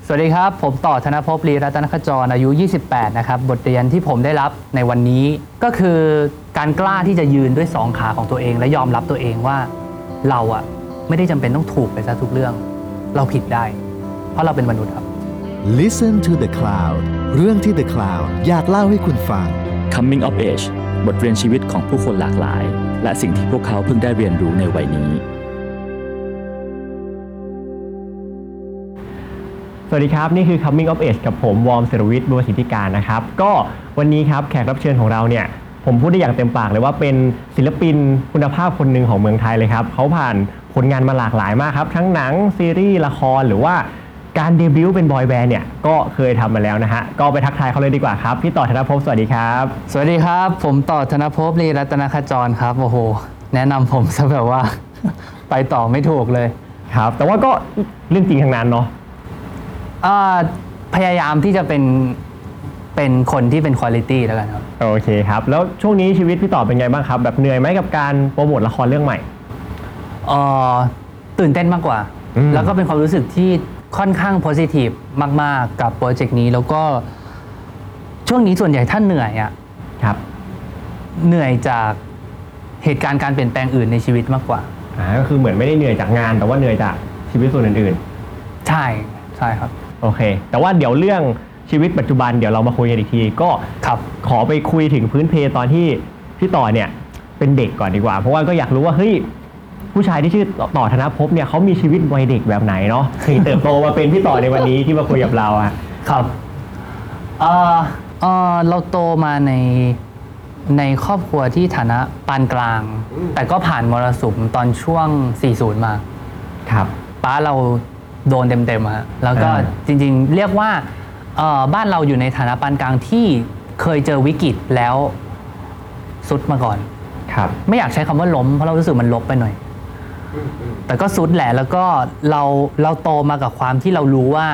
สวัสดีครับผมต่อธนภพ ลีรัตนขจรอายุ 28 นะครับบทเรียนที่ผมได้รับในวันนี้ก็คือการกล้าที่จะยืนด้วยสองขาของตัวเองและยอมรับตัวเองว่าเราอะไม่ได้จำเป็นต้องถูกไปซะทุกเรื่องเราผิดได้เพราะเราเป็นมนุษย์ครับ Listen to the Cloud เรื่องที่ The Cloud อยากเล่าให้คุณฟัง Coming of Age บทเรียนชีวิตของผู้คนหลากหลายและสิ่งที่พวกเขาเพิ่งได้เรียนรู้ในวัยนี้สวัสดีครับนี่คือ Coming of Age กับผมวอร์ม ศิรวิทย์ บัวสิทธิการนะครับก็วันนี้ครับแขกรับเชิญของเราเนี่ยผมพูดได้อย่างเต็มปากเลยว่าเป็นศิลปินคุณภาพคนหนึ่งของเมืองไทยเลยครับเขาผ่านผลงานมาหลากหลายมากครับทั้งหนังซีรีส์ละครหรือว่าการเดบิวต์เป็นบอยแบนด์เนี่ยก็เคยทำมาแล้วนะฮะก็ไปทักทายเขาเลยดีกว่าครับพี่ต่อธนภพสวัสดีครับสวัสดีครับผมต่อธนภพ ลีรัตนขจรครับโอ้โหแนะนำผมซะแบบว่า ไปต่อไม่ถูกเลยครับแต่ว่าก็เรื่องจริงทั้งนั้นเนาะพยายามที่จะเป็นคนที่เป็นคุณภาพแล้วกันครับโอเคครับแล้วช่วงนี้ชีวิตพี่ต่อเป็นไงบ้างครับแบบเหนื่อยไหมกับการโปรโมทละครเรื่องใหม่ตื่นเต้นมากกว่าแล้วก็เป็นความรู้สึกที่ค่อนข้างโพสิทีฟมากๆกับโปรเจกต์นี้แล้วก็ช่วงนี้ส่วนใหญ่ท่านเหนื่อยอ่ะครับเหนื่อยจากเหตุการณ์การเปลี่ยนแปลงอื่นในชีวิตมากกว่าก็คือเหมือนไม่ได้เหนื่อยจากงานแต่ว่าเหนื่อยจากชีวิตส่วนอื่นๆใช่ครับโอเคแต่ว่าเดี๋ยวเรื่องชีวิตปัจจุบันเดี๋ยวเรามาคุยกันอีกทีก็ครับขอไปคุยถึงพื้นเพตอนที่พี่ต่อเนี่ยเป็นเด็กก่อนดีกว่าเพราะว่าก็อยากรู้ว่าเฮ้ยผู้ชายที่ชื่อต่อธนภพเนี่ยเขามีชีวิตวัยเด็กแบบไหนเนาะถึงเติบโตมาเป็นพี่ต่อในวันนี้ที่มาคุยกับเราอะครับเราโตมาในครอบครัวที่ฐานะปานกลางแต่ก็ผ่านมรสุมตอนช่วง 40 มาครับป้าเราโดนเต็มๆฮะแล้วก็จริงๆเรียกว่าบ้านเราอยู่ในฐานะปานกลางที่เคยเจอวิกฤตแล้วสุดมาก่อนครับไม่อยากใช้คำว่าล้มเพราะเรารู้สึกมันลบไปหน่อยแต่ก็สุดแหละแล้วก็เราโตมากับความที่เรารู้ว่า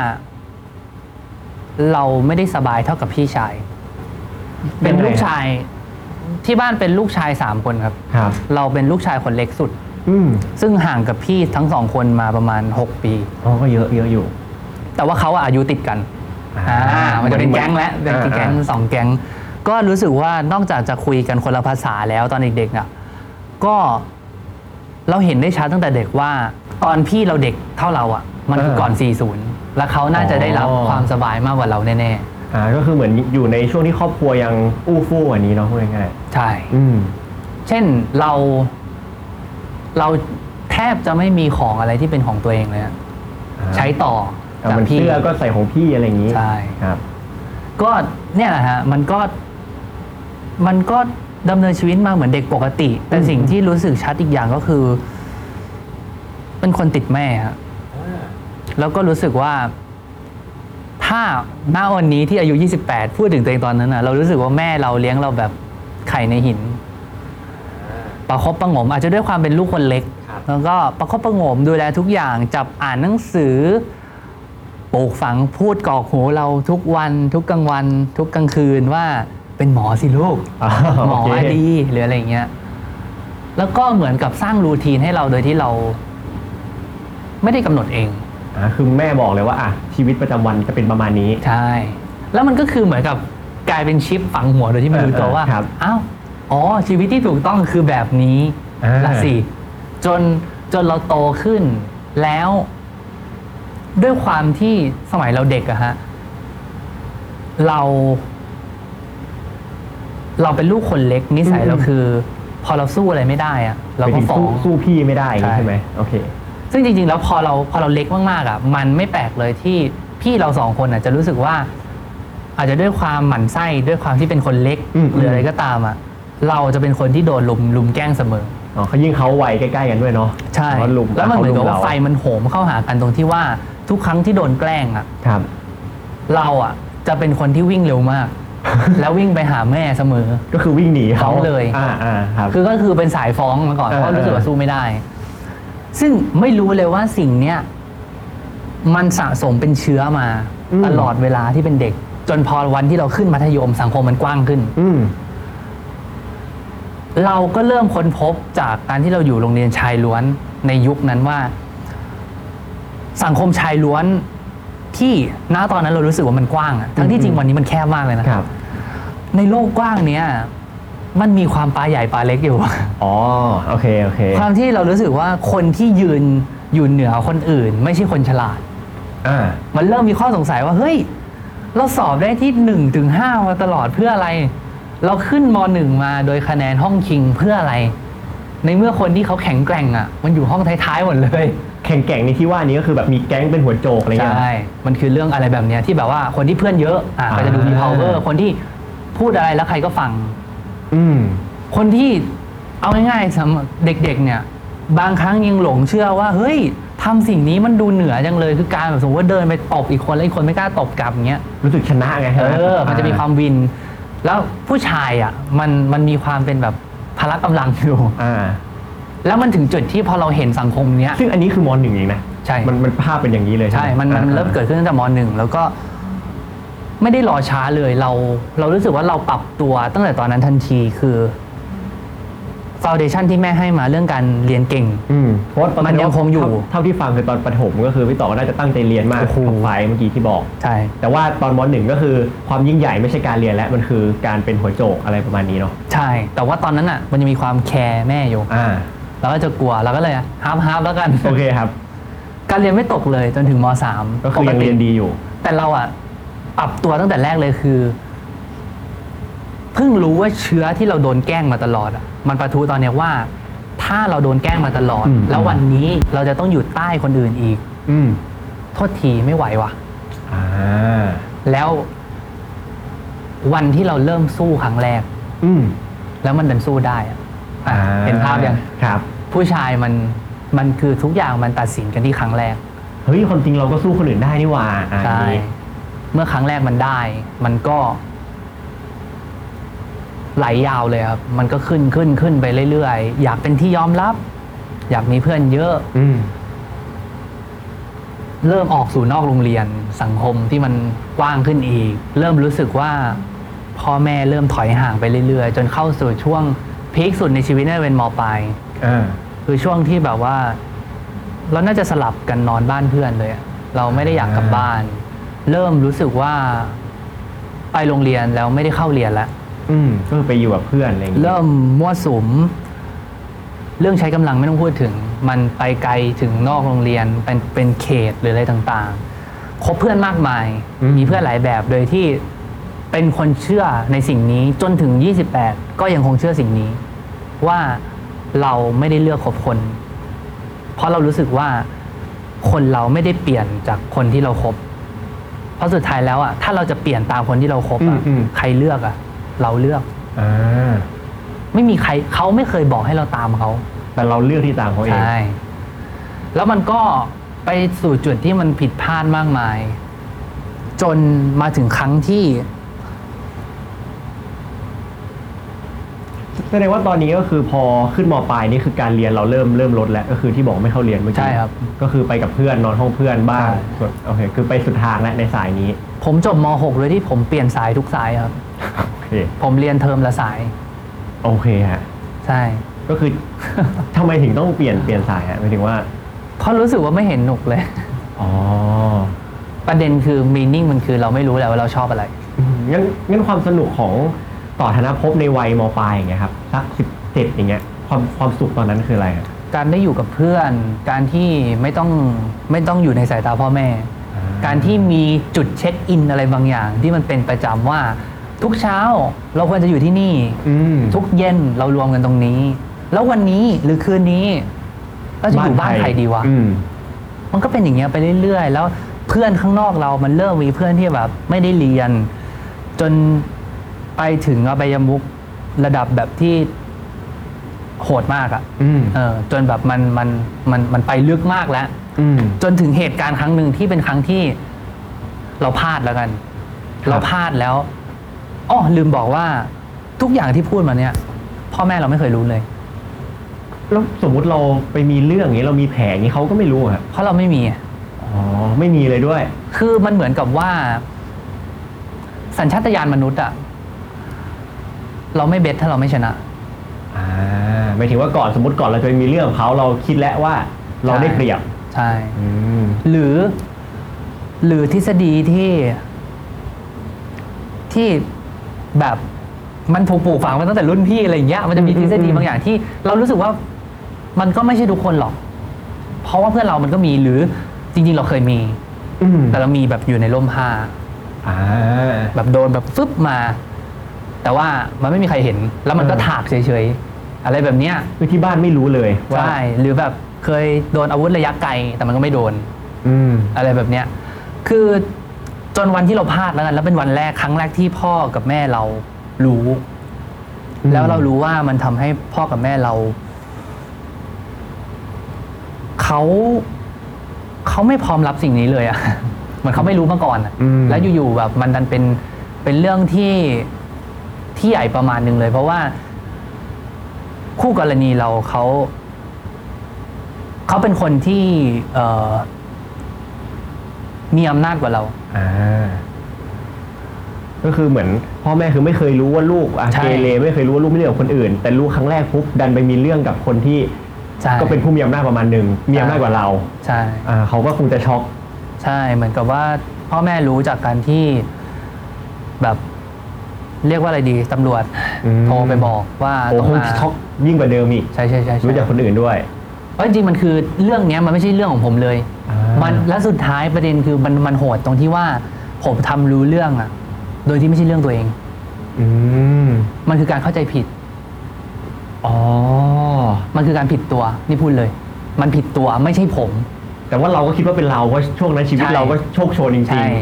เราไม่ได้สบายเท่ากับพี่ชายเป็นลูกชายที่บ้านเป็นลูกชาย3 คนครับเราเป็นลูกชายคนเล็กสุดซึ่งห่างกับพี่ทั้ง2 คนมาประมาณ6 ปีก็เยอะอยู่แต่ว่าเขาอายุติดกันมันจะเป็นแก๊งแล้วเป็นแก๊ง2 แก๊งก็รู้สึกว่านอกจากจะคุยกันคนละภาษาแล้วตอนเด็กๆอ่ะก็เราเห็นได้ชัดตั้งแต่เด็กว่าตอนพี่เราเด็กเท่าเราอ่ะมันคือก่อน40แล้วเขาน่าจะได้รับความสบายมากกว่าเราแน่ๆก็คือเหมือนอยู่ในช่วงที่ครอบครัวยังอู้ฟู่กว่านี้เนาะพูดง่ายๆใช่เช่นเราแทบจะไม่มีของอะไรที่เป็นของตัวเองเลยใช้ต่อจากพี่เสื้อก็ใส่ของพี่อะไรอย่างนี้ใช่ครับก็เนี่ยแหละฮะมันก็ดำเนินชีวิตมาเหมือนเด็กปกติแต่สิ่งที่รู้สึกชัดอีกอย่างก็คือเป็นคนติดแม่ฮะแล้วก็รู้สึกว่าถ้าณวันนี้ที่อายุ28พูดถึงตัวเองตอนนั้นนะเรารู้สึกว่าแม่เราเลี้ยงเราแบบไข่ในหินประคบประหงมอาจจะด้วยความเป็นลูกคนเล็กแล้วก็ประคบประหงมดูแลทุกอย่างจับอ่านหนังสือปลูกฝังพูดกรอกหูเราทุกวันทุกกลางวันทุกกลางคืนว่าเป็นหมอสิลูกหมอดีหรืออะไรเงี้ยแล้วก็เหมือนกับสร้างรูทีนให้เราโดยที่เราไม่ได้กำหนดเองคือแม่บอกเลยว่าชีวิตประจำวันจะเป็นประมาณนี้ใช่แล้วมันก็คือเหมือนกับกลายเป็นชิปฝังหัวโดยที่ไม่รู้ตัวว่าอ้าวชีวิตที่ถูกต้องคือแบบนี้ละสิจนเราโตขึ้นแล้วด้วยความที่สมัยเราเด็กอะฮะเราเป็นลูกคนเล็กนิสัยเราคือพอเราสู้อะไรไม่ได้อะเราก็ฟ้องสู้พี่ไม่ได้ใช่ไหมโอเคซึ่งจริงๆแล้วพอเราเล็กมากๆอะมันไม่แปลกเลยที่พี่เรา2 คนอะจะรู้สึกว่าอาจจะด้วยความหมั่นไส้ด้วยความที่เป็นคนเล็กหรืออะไรก็ตามอะเราจะเป็นคนที่โดนลุมแกล้งเสมอเขายิ่งเขาวัยใกล้ๆกันด้วยเนาะใช่แล้วมันเหมือนกับว่าไฟมันโหมเข้าหากันตรงที่ว่าทุกครั้งที่โดนแกล้งอะเราอะจะเป็นคนที่วิ่งเร็วมากแล้ววิ่งไปหาแม่เสมอก็คือวิ่งหนีเขาเลยคือก็คือเป็นสายฟ้องมาก่อนเพราะรู้สึกว่าสู้ไม่ได้ซึ่งไม่รู้เลยว่าสิ่งเนี้ยมันสะสมเป็นเชื้อมาตลอดเวลาที่เป็นเด็กจนพอวันที่เราขึ้นมัธยมสังคมมันกว้างขึ้นเราก็เริ่มค้นพบจากการที่เราอยู่โรงเรียนชายล้วนในยุคนั้นว่าสังคมชายล้วนทที่ณตอนนั้นเรารู้สึกว่ามันกว้างอะทั้งที่จริงวันนี้มันแคบมากเลยนะครับ ในโลกกว้างเนี้ยมันมีความปลาใหญ่ปลาเล็กอยู่อ๋อโอเคโอเคความที่เรารู้สึกว่าคนที่ยืนอยู่เหนือคนอื่น ไม่ใช่คนฉลาดอ่ามันเริ่มมีข้อสงสัยว่าเฮ้ยเราสอบได้ที่1 ถึง 5มาตลอดเพื่ออะไร เราขึ้นม.1 มาโดยคะแนนห้องคิงเพื่ออะไร ในเมื่อคนที่เขาแข็งแกร่งอ่ะมันอยู่ห้องท้ายๆหมดเลยแข่งแก่งในที่ว่านี้ก็คือแบบมีแก๊งเป็นหัวโจกอะไรเงี้ยใช่ มันคือเรื่องอะไรแบบเนี้ยที่แบบว่าคนที่เพื่อนเยอะก็จะดูมี power คนที่พูดอะไรแล้วใครก็ฟังอืมคนที่เอาง่ายๆสำหรับเด็กๆเนี่ยบางครั้งยังหลงเชื่อว่าเฮ้ยทำสิ่งนี้มันดูเหนือจังเลยคือการแบบสมมติว่าเดินไปตบอีกคนแล้วอีกคนไม่กล้าตบกลับอย่างเงี้ยรู้สึกชนะไงมันจะมีความวิน แล้วผู้ชายอ่ะมันมีความเป็นแบบพละกำลังอยู่อ่าแล้วมันถึงจุดที่พอเราเห็นสังคมเนี้ยซึ่งอันนี้คือม.1 เองนะใช่มันภาพเป็นอย่างนี้เลยใช่ไหมันเริ่มเกิดขึ้นตั้งแต่ม.1 แล้วก็ไม่ได้รอช้าเลยเรารู้สึกว่าเราปรับตัวตั้งแต่ตอนนั้นทันทีคือฟาวเดชั่นที่แม่ให้มาเรื่องการเรียนเก่งเพราะว่าตอนมันยังคงอยู่เท่าที่ฟังคือตอนประถมก็คือพี่ต่อก็น่าจะตั้งใจเรียนมากโอ้โหท็อปไฟว์เมื่อกี้ที่บอกใช่แต่ว่าตอนม.1 ก็คือความยิ่งใหญ่ไม่ใช่การเรียนแล้วมันคือการเป็นหัวโจกอะไรประมาณนี้เนาะใช่ แต่ว่าตอนนั้นอ่ะมันจะมีความแคร์แม่อยู่อ่าเราก็จะกลัวเราก็เลยฮาร์ฟแล้วกันโอเคครับการเรียนไม่ตกเลยจนถึงม.3 ก็คือยังเรียนดีอยู่แต่เราอ่ะปรับตัวตั้งแต่แรกเลยคือ เพิ่งรู้ว่าเชื้อที่เราโดนแกล้งมาตลอดอ่ะมันปะทุตอนเนี้ยว่า ถ้าเราโดนแกล้งมาตลอด แล้ววันนี้เราจะต้องอยู่ใต้คนอื่นอีกอืมโทษทีไม่ไหวว่ะอ่าแล้ววันที่เราเริ่มสู้ครั้งแรกอืมแล้วมันดันสู้ได้อะเห็นภาพยังครับผู้ชายมันคือทุกอย่างมันตัดสินกันที่ครั้งแรกเฮ้ยความจริงเราก็สู้คนอื่นได้นี่หว่าใช่อันนี้เมื่อครั้งแรกมันได้ มันก็ไหลยาวเลยครับ มันก็ขึ้นไปเรื่อยๆ อยากเป็นที่ยอมรับ อยากมีเพื่อนเยอะอืมเริ่มออกสู่นอกโรงเรียนสังคมที่มันกว้างขึ้นอีก เริ่มรู้สึกว่าพ่อแม่เริ่มถอยห่างไปเรื่อยๆ จนเข้าสู่ช่วงพีคสุดในชีวิตน่าจะเป็นม.ปลายอ่าคือช่วงที่แบบว่า เราน่าจะสลับกันนอนบ้านเพื่อนเลยอะเราไม่ได้อยากกลับบ้าน เริ่มรู้สึกว่าไปโรงเรียนแล้วไม่ได้เข้าเรียนแล้วก็คือไปอยู่กับเพื่อนอะไรอย่างเงี้ยเริ่มมั่วสุม เรื่องใช้กำลังไม่ต้องพูดถึง มันไปไกลถึงนอกโรงเรียนเป็นเขตหรืออะไรต่างๆคบเพื่อนมากมาย มีเพื่อนหลายแบบโดยที่เป็นคนเชื่อในสิ่งนี้จนถึง28ก็ยังคงเชื่อสิ่งนี้ ว่าเราไม่ได้เลือกคบคน เพราะเรารู้สึกว่าคนเราไม่ได้เปลี่ยนจากคนที่เราคบ เพราะสุดท้ายแล้วอ่ะถ้าเราจะเปลี่ยนตามคนที่เราคบอ่ะใครเลือกอ่ะเราเลือกอ่าไม่มีใครเขาไม่เคยบอกให้เราตามเขาแต่เราเลือกที่ตามเขาเองใช่ แล้วมันก็ไปสู่จุดที่มันผิดพลาดมากมาย จนมาถึงครั้งที่แสดงว่าตอนนี้ก็คือพอขึ้นม.ปลายนี่คือการเรียนเราเริ่มลดแล้วก็คือที่บอกไม่เข้าเรียนเมื่อกี้ใช่ครับก็คือไปกับเพื่อนนอนห้องเพื่อนบ้างใช่ส่วนโอเคคือไปสุดทางแล้วในสายนี้ผมจบม .6 โดยที่ผมเปลี่ยนสายทุกสายครับโอเคผมเรียนเทอมละสายโอเคฮะใช่ก็คือ ทำไมถึงต้องเปลี่ยนสายฮะหมายถึงว่าเพราะรู้สึกว่าไม่เห็นหนุกเลยอ๋อประเด็นคือมีนิ่งมันคือเราไม่รู้แหละว่าเราชอบอะไรงั้นความสนุกของต่อธนภพในวัยม.ปลายอย่างเงี้ยครับสัก17อย่างเงี้ยความสุขตอนนั้นคืออะไรครับการได้อยู่กับเพื่อน การที่ไม่ต้องอยู่ในสายตาพ่อแม่ การที่มีจุดเช็คอินอะไรบางอย่าง ที่มันเป็นประจำว่าทุกเช้าเราควรจะอยู่ที่นี่ ทุกเย็นเรารวมกันตรงนี้ แล้ววันนี้หรือคืนนี้เราจะอยู่บ้านใครดีวะ มันก็เป็นอย่างเงี้ยไปเรื่อยๆ แล้วเพื่อนข้างนอกเรามันเริ่มมีเพื่อนที่แบบไม่ได้เรียน จนไปถึงอบายมุขระดับแบบที่โหดมากอะ่ะจนแบบมันไปลึกมากแล้วจนถึงเหตุการณ์ครั้งหนึ่งที่เป็นครั้งที่เราพลาดแล้วกัน เราพลาดแล้วอ้อลืมบอกว่าทุกอย่างที่พูดมาเนี่ยพ่อแม่เราไม่เคยรู้เลยแล้วสมมุติเราไปมีเรื่องอย่างนี้เรามีแผลอย่างนี้เขาก็ไม่รู้ครับเพราะเราไม่มีอ๋อไม่มีเลยด้วยคือมันเหมือนกับว่า สัญชาตญาณมนุษย์อะเราไม่เบสถ้าเราไม่ชนะหมายถึงว่าก่อนสมมติก่อนเราจะไปมีเรื่องกับเขาเราคิดแล้วว่าเราได้เปรียบใช่อืมหรือหรือทฤษฎีที่แบบมันถูกปลูกฝังมาตั้งแต่รุ่นพี่อะไรอย่างเงี้ยมันจะมีทฤษฎีบางอย่างที่เรารู้สึกว่ามันก็ไม่ใช่ทุกคนหรอก เพราะว่าเพื่อนเรามันก็มีหรือจริงๆเราเคยมีแต่เรามีแบบอยู่ในร่มผ้าแบบโดนแบบฟึบมา แต่ว่ามันไม่มีใครเห็นแล้วมันก็ถากเฉยๆอะไรแบบเนี้ยคือที่บ้านไม่รู้เลยว่าใช่หรือแบบเคยโดนอาวุธระยะไกลแต่มันก็ไม่โดนอะไรแบบเนี้ยคือจนวันที่เราพลาดแล้วกันแล้วเป็นวันแรกครั้งแรกที่พ่อกับแม่เรารู้แล้วเรารู้ว่ามันทำให้พ่อกับแม่เราเขาไม่พร้อมรับสิ่งนี้เลยอะเหมือนเขาไม่รู้มาก่อนแล้วอยู่ๆแบบมันดันเป็นเรื่องที่ใหญ่ประมาณนึงเลย เพราะว่าคู่กรณีเราเขาเป็นคนที่มีอำนาจกว่าเราก็คือเหมือนพ่อแม่คือไม่เคยรู้ว่าลูกเกเรไม่เคยรู้ว่าลูกไม่เรื่องกับคนอื่นแต่รู้ครั้งแรกปุ๊บดันไปมีเรื่องกับคนที่ก็เป็นผู้มีอำนาจประมาณหนึ่งมีอำนาจกว่าเราใช่เขาก็คงจะช็อกใช่เหมือนกับว่าพ่อแม่รู้จากการที่แบบเรียกว่าอะไรดีตำรวจโทรไปบอกว่าต้องมาช็อกยิ่งกว่าเดิมอีกใช่รู้จากคนอื่นด้วยเพราะจริงๆมันคือเรื่องนี้มันไม่ใช่เรื่องของผมเลยมันและสุดท้ายประเด็นคือมันโหดตรงที่ว่าผมทำรู้เรื่องอะโดยที่ไม่ใช่เรื่องตัวเองมันคือการเข้าใจผิดมันคือการผิดตัวนี่พูดเลยมันผิดตัวไม่ใช่ผมแต่ว่าเราก็คิดว่าเป็นเราเพราะช่วงนั้นชีวิตเราก็โชคโชนจริง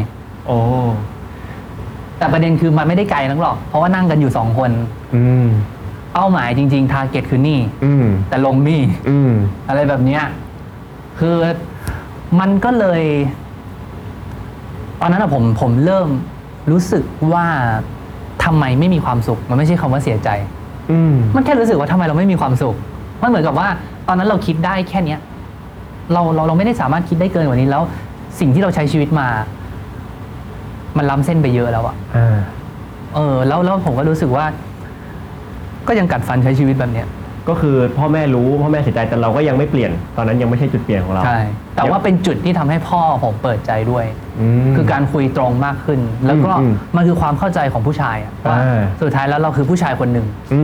ๆแต่ประเด็นคือมันไม่ได้ไกลนักหรอกเพราะว่านั่งกันอยู่2 คนเป้าหมายจริงๆทาร์เก็ตคือนี่แต่ลงนี่อะไรแบบเนี้ยคือมันก็เลยตอนนั้นผมเริ่มรู้สึกว่าทำไมไม่มีความสุขมันไม่ใช่คำว่าเสียใจมันแค่รู้สึกว่าทำไมเราไม่มีความสุขมันเหมือนกับว่าตอนนั้นเราคิดได้แค่เนี้ยเราไม่ได้สามารถคิดได้เกินกว่านี้แล้วสิ่งที่เราใช้ชีวิตมามันล้ำเส้นไปเยอะแล้วอะแล้วผมก็รู้สึกว่าก็ยังกัดฟันใช้ชีวิตแบบเนี้ยก็คือพ่อแม่รู้พ่อแม่เสียใจแต่เราก็ยังไม่เปลี่ยนตอนนั้นยังไม่ใช่จุดเปลี่ยนของเราใช่แต่ว่าเป็นจุดที่ทำให้พ่อผมเปิดใจด้วยคือการคุยตรงมากขึ้นแล้วก็มันคือความเข้าใจของผู้ชายว่าสุดท้ายแล้วเราคือผู้ชายคนหนึ่ง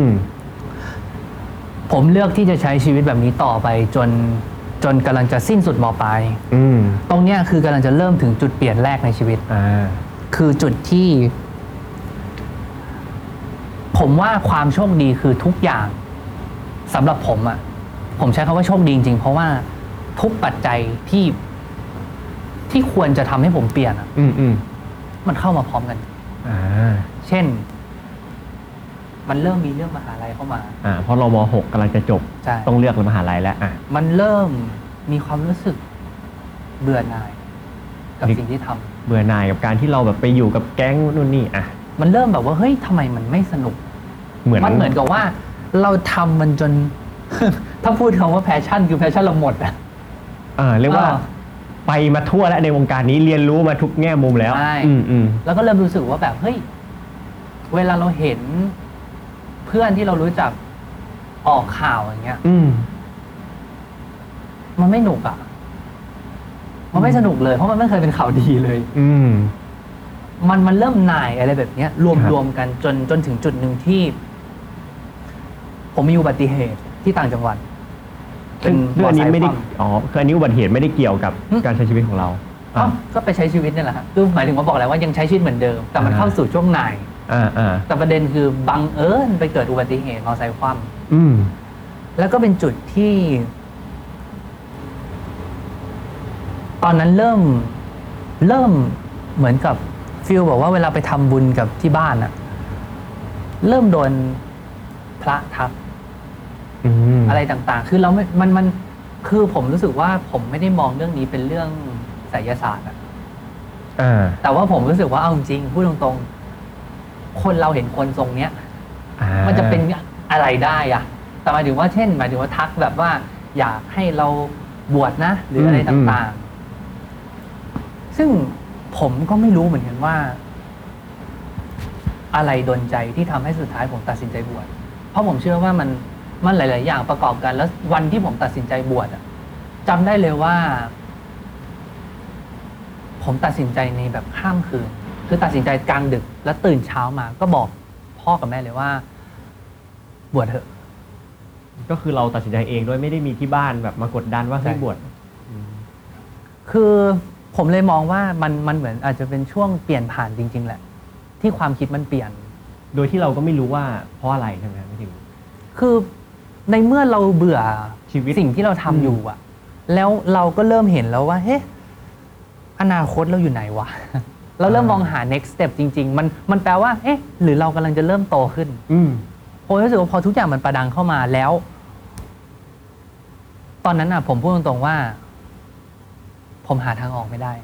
ผมเลือกที่จะใช้ชีวิตแบบนี้ต่อไปจนกำลังจะสิ้นสุดม.ปลายตรงเนี้ยคือกำลังจะเริ่มถึงจุดเปลี่ยนแรกในชีวิตคือจุดที่ผมว่าความโชคดีคือทุกอย่างสำหรับผมอะผมใช้คำว่าโชคดีจริงๆเพราะว่าทุกปัจจัยที่ควรจะทำให้ผมเปลี่ยนอะมันเข้ามาพร้อมกันเช่นมันเริ่มมีเรื่องมหาลัยเข้ามาเพราะเราม.6 กำลังจะจบต้องเลือกมหาลัยแล้วมันเริ่มมีความรู้สึกเบื่อหน่ายกับสิ่งที่ทำเบื่อหน่ายกับการที่เราแบบไปอยู่กับแก๊งนู่นนี่มันเริ่มแบบว่าเฮ้ยทำไมมันไม่สนุกมันเหมือนกับว่าเราทำมันจน ถ้าพูดคำว่าแพชชั่นคือแพชชั่นเราหมดเรียกว่าไปมาทั่วแล้วในวงการนี้เรียนรู้มาทุกแง่มุมแล้วแล้วก็เริ่มรู้สึกว่าแบบเฮ้ยเวลาเราเห็นเพื่อนที่เรารู้จักออกข่าวอย่างเงี้ยมันไม่หนุกมันไม่สนุกเลยเพราะมันไม่เคยเป็นข่าวดีเลยมันเริ่มหน่ายอะไรแบบเนี้ยรวมกันจนถึงจุดหนึ่งที่ผมมีอุบัติเหตุที่ต่างจังหวัดเรื่องนี้ไม่ได้คืออันนี้อุบัติเหตุไม่ได้เกี่ยวกับการใช้ชีวิตของเราก็ไปใช้ชีวิตนี่แหละครับคือหมายถึงว่าบอกแล้วว่ายังใช้ชีวิตเหมือนเดิมแต่มันเข้าสู่ช่วงหน่ายแต่ประเด็นคือบังเอิญไปเกิดอุบัติเหตุมอเตอร์ไซค์คว่ำแล้วก็เป็นจุดที่ตอนนั้นเริ่มเหมือนกับฟีลบอกว่าเวลาไปทำบุญกับที่บ้านเริ่มโดนพระทักอะไรต่างๆคือเราไม่มันคือผมรู้สึกว่าผมไม่ได้มองเรื่องนี้เป็นเรื่องไสยศาสตร์แต่ว่าผมรู้สึกว่าเอาจริงพูดตรงๆคนเราเห็นคนทรงเนี้ยมันจะเป็นอะไรได้แต่หมายถึงว่าเช่นหมายถึงว่าทักแบบว่าอยากให้เราบวชนะหรืออะไรต่างๆซึ่งผมก็ไม่รู้เหมือนกันว่าอะไรดลใจที่ทำให้สุดท้ายผมตัดสินใจบวชเพราะผมเชื่อว่ามันหลายๆอย่างประกอบกันแล้ววันที่ผมตัดสินใจบวชจำได้เลยว่าผผมตัดสินใจในแบบข้ามคืน คือตัดสินใจกลางดึกแล้วตื่นเช้ามาก็บอกพ่อกับแม่เลยว่าบวชเถอะก็คือเราตัดสินใจเองด้วยไม่ได้มีที่บ้านแบบมากดดันว่าให้บวชคือผมเลยมองว่ามันเหมือนอาจจะเป็นช่วงเปลี่ยนผ่านจริง ๆ แหละ ที่ความคิดมันเปลี่ยนโดยที่เราก็ไม่รู้ว่าเพราะอะไรใช่ไหมไม่ถึงคือในเมื่อเราเบื่อชีวิตสิ่งที่เราทำอยู่อะแล้วเราก็เริ่มเห็นแล้วว่าเฮ้อนาคตเราอยู่ไหนวะ เราเริ่มมองหา next step จริง ๆ มันแปลว่าเอ๊ะหรือเรากำลังจะเริ่มโตขึ้น ผมรู้สึกว่าพอทุกอย่างมันประดังเข้ามาแล้ว ตอนนั้นอ่ะ ผมพูดตรงๆว่า ผมหาทางออกไม่ได้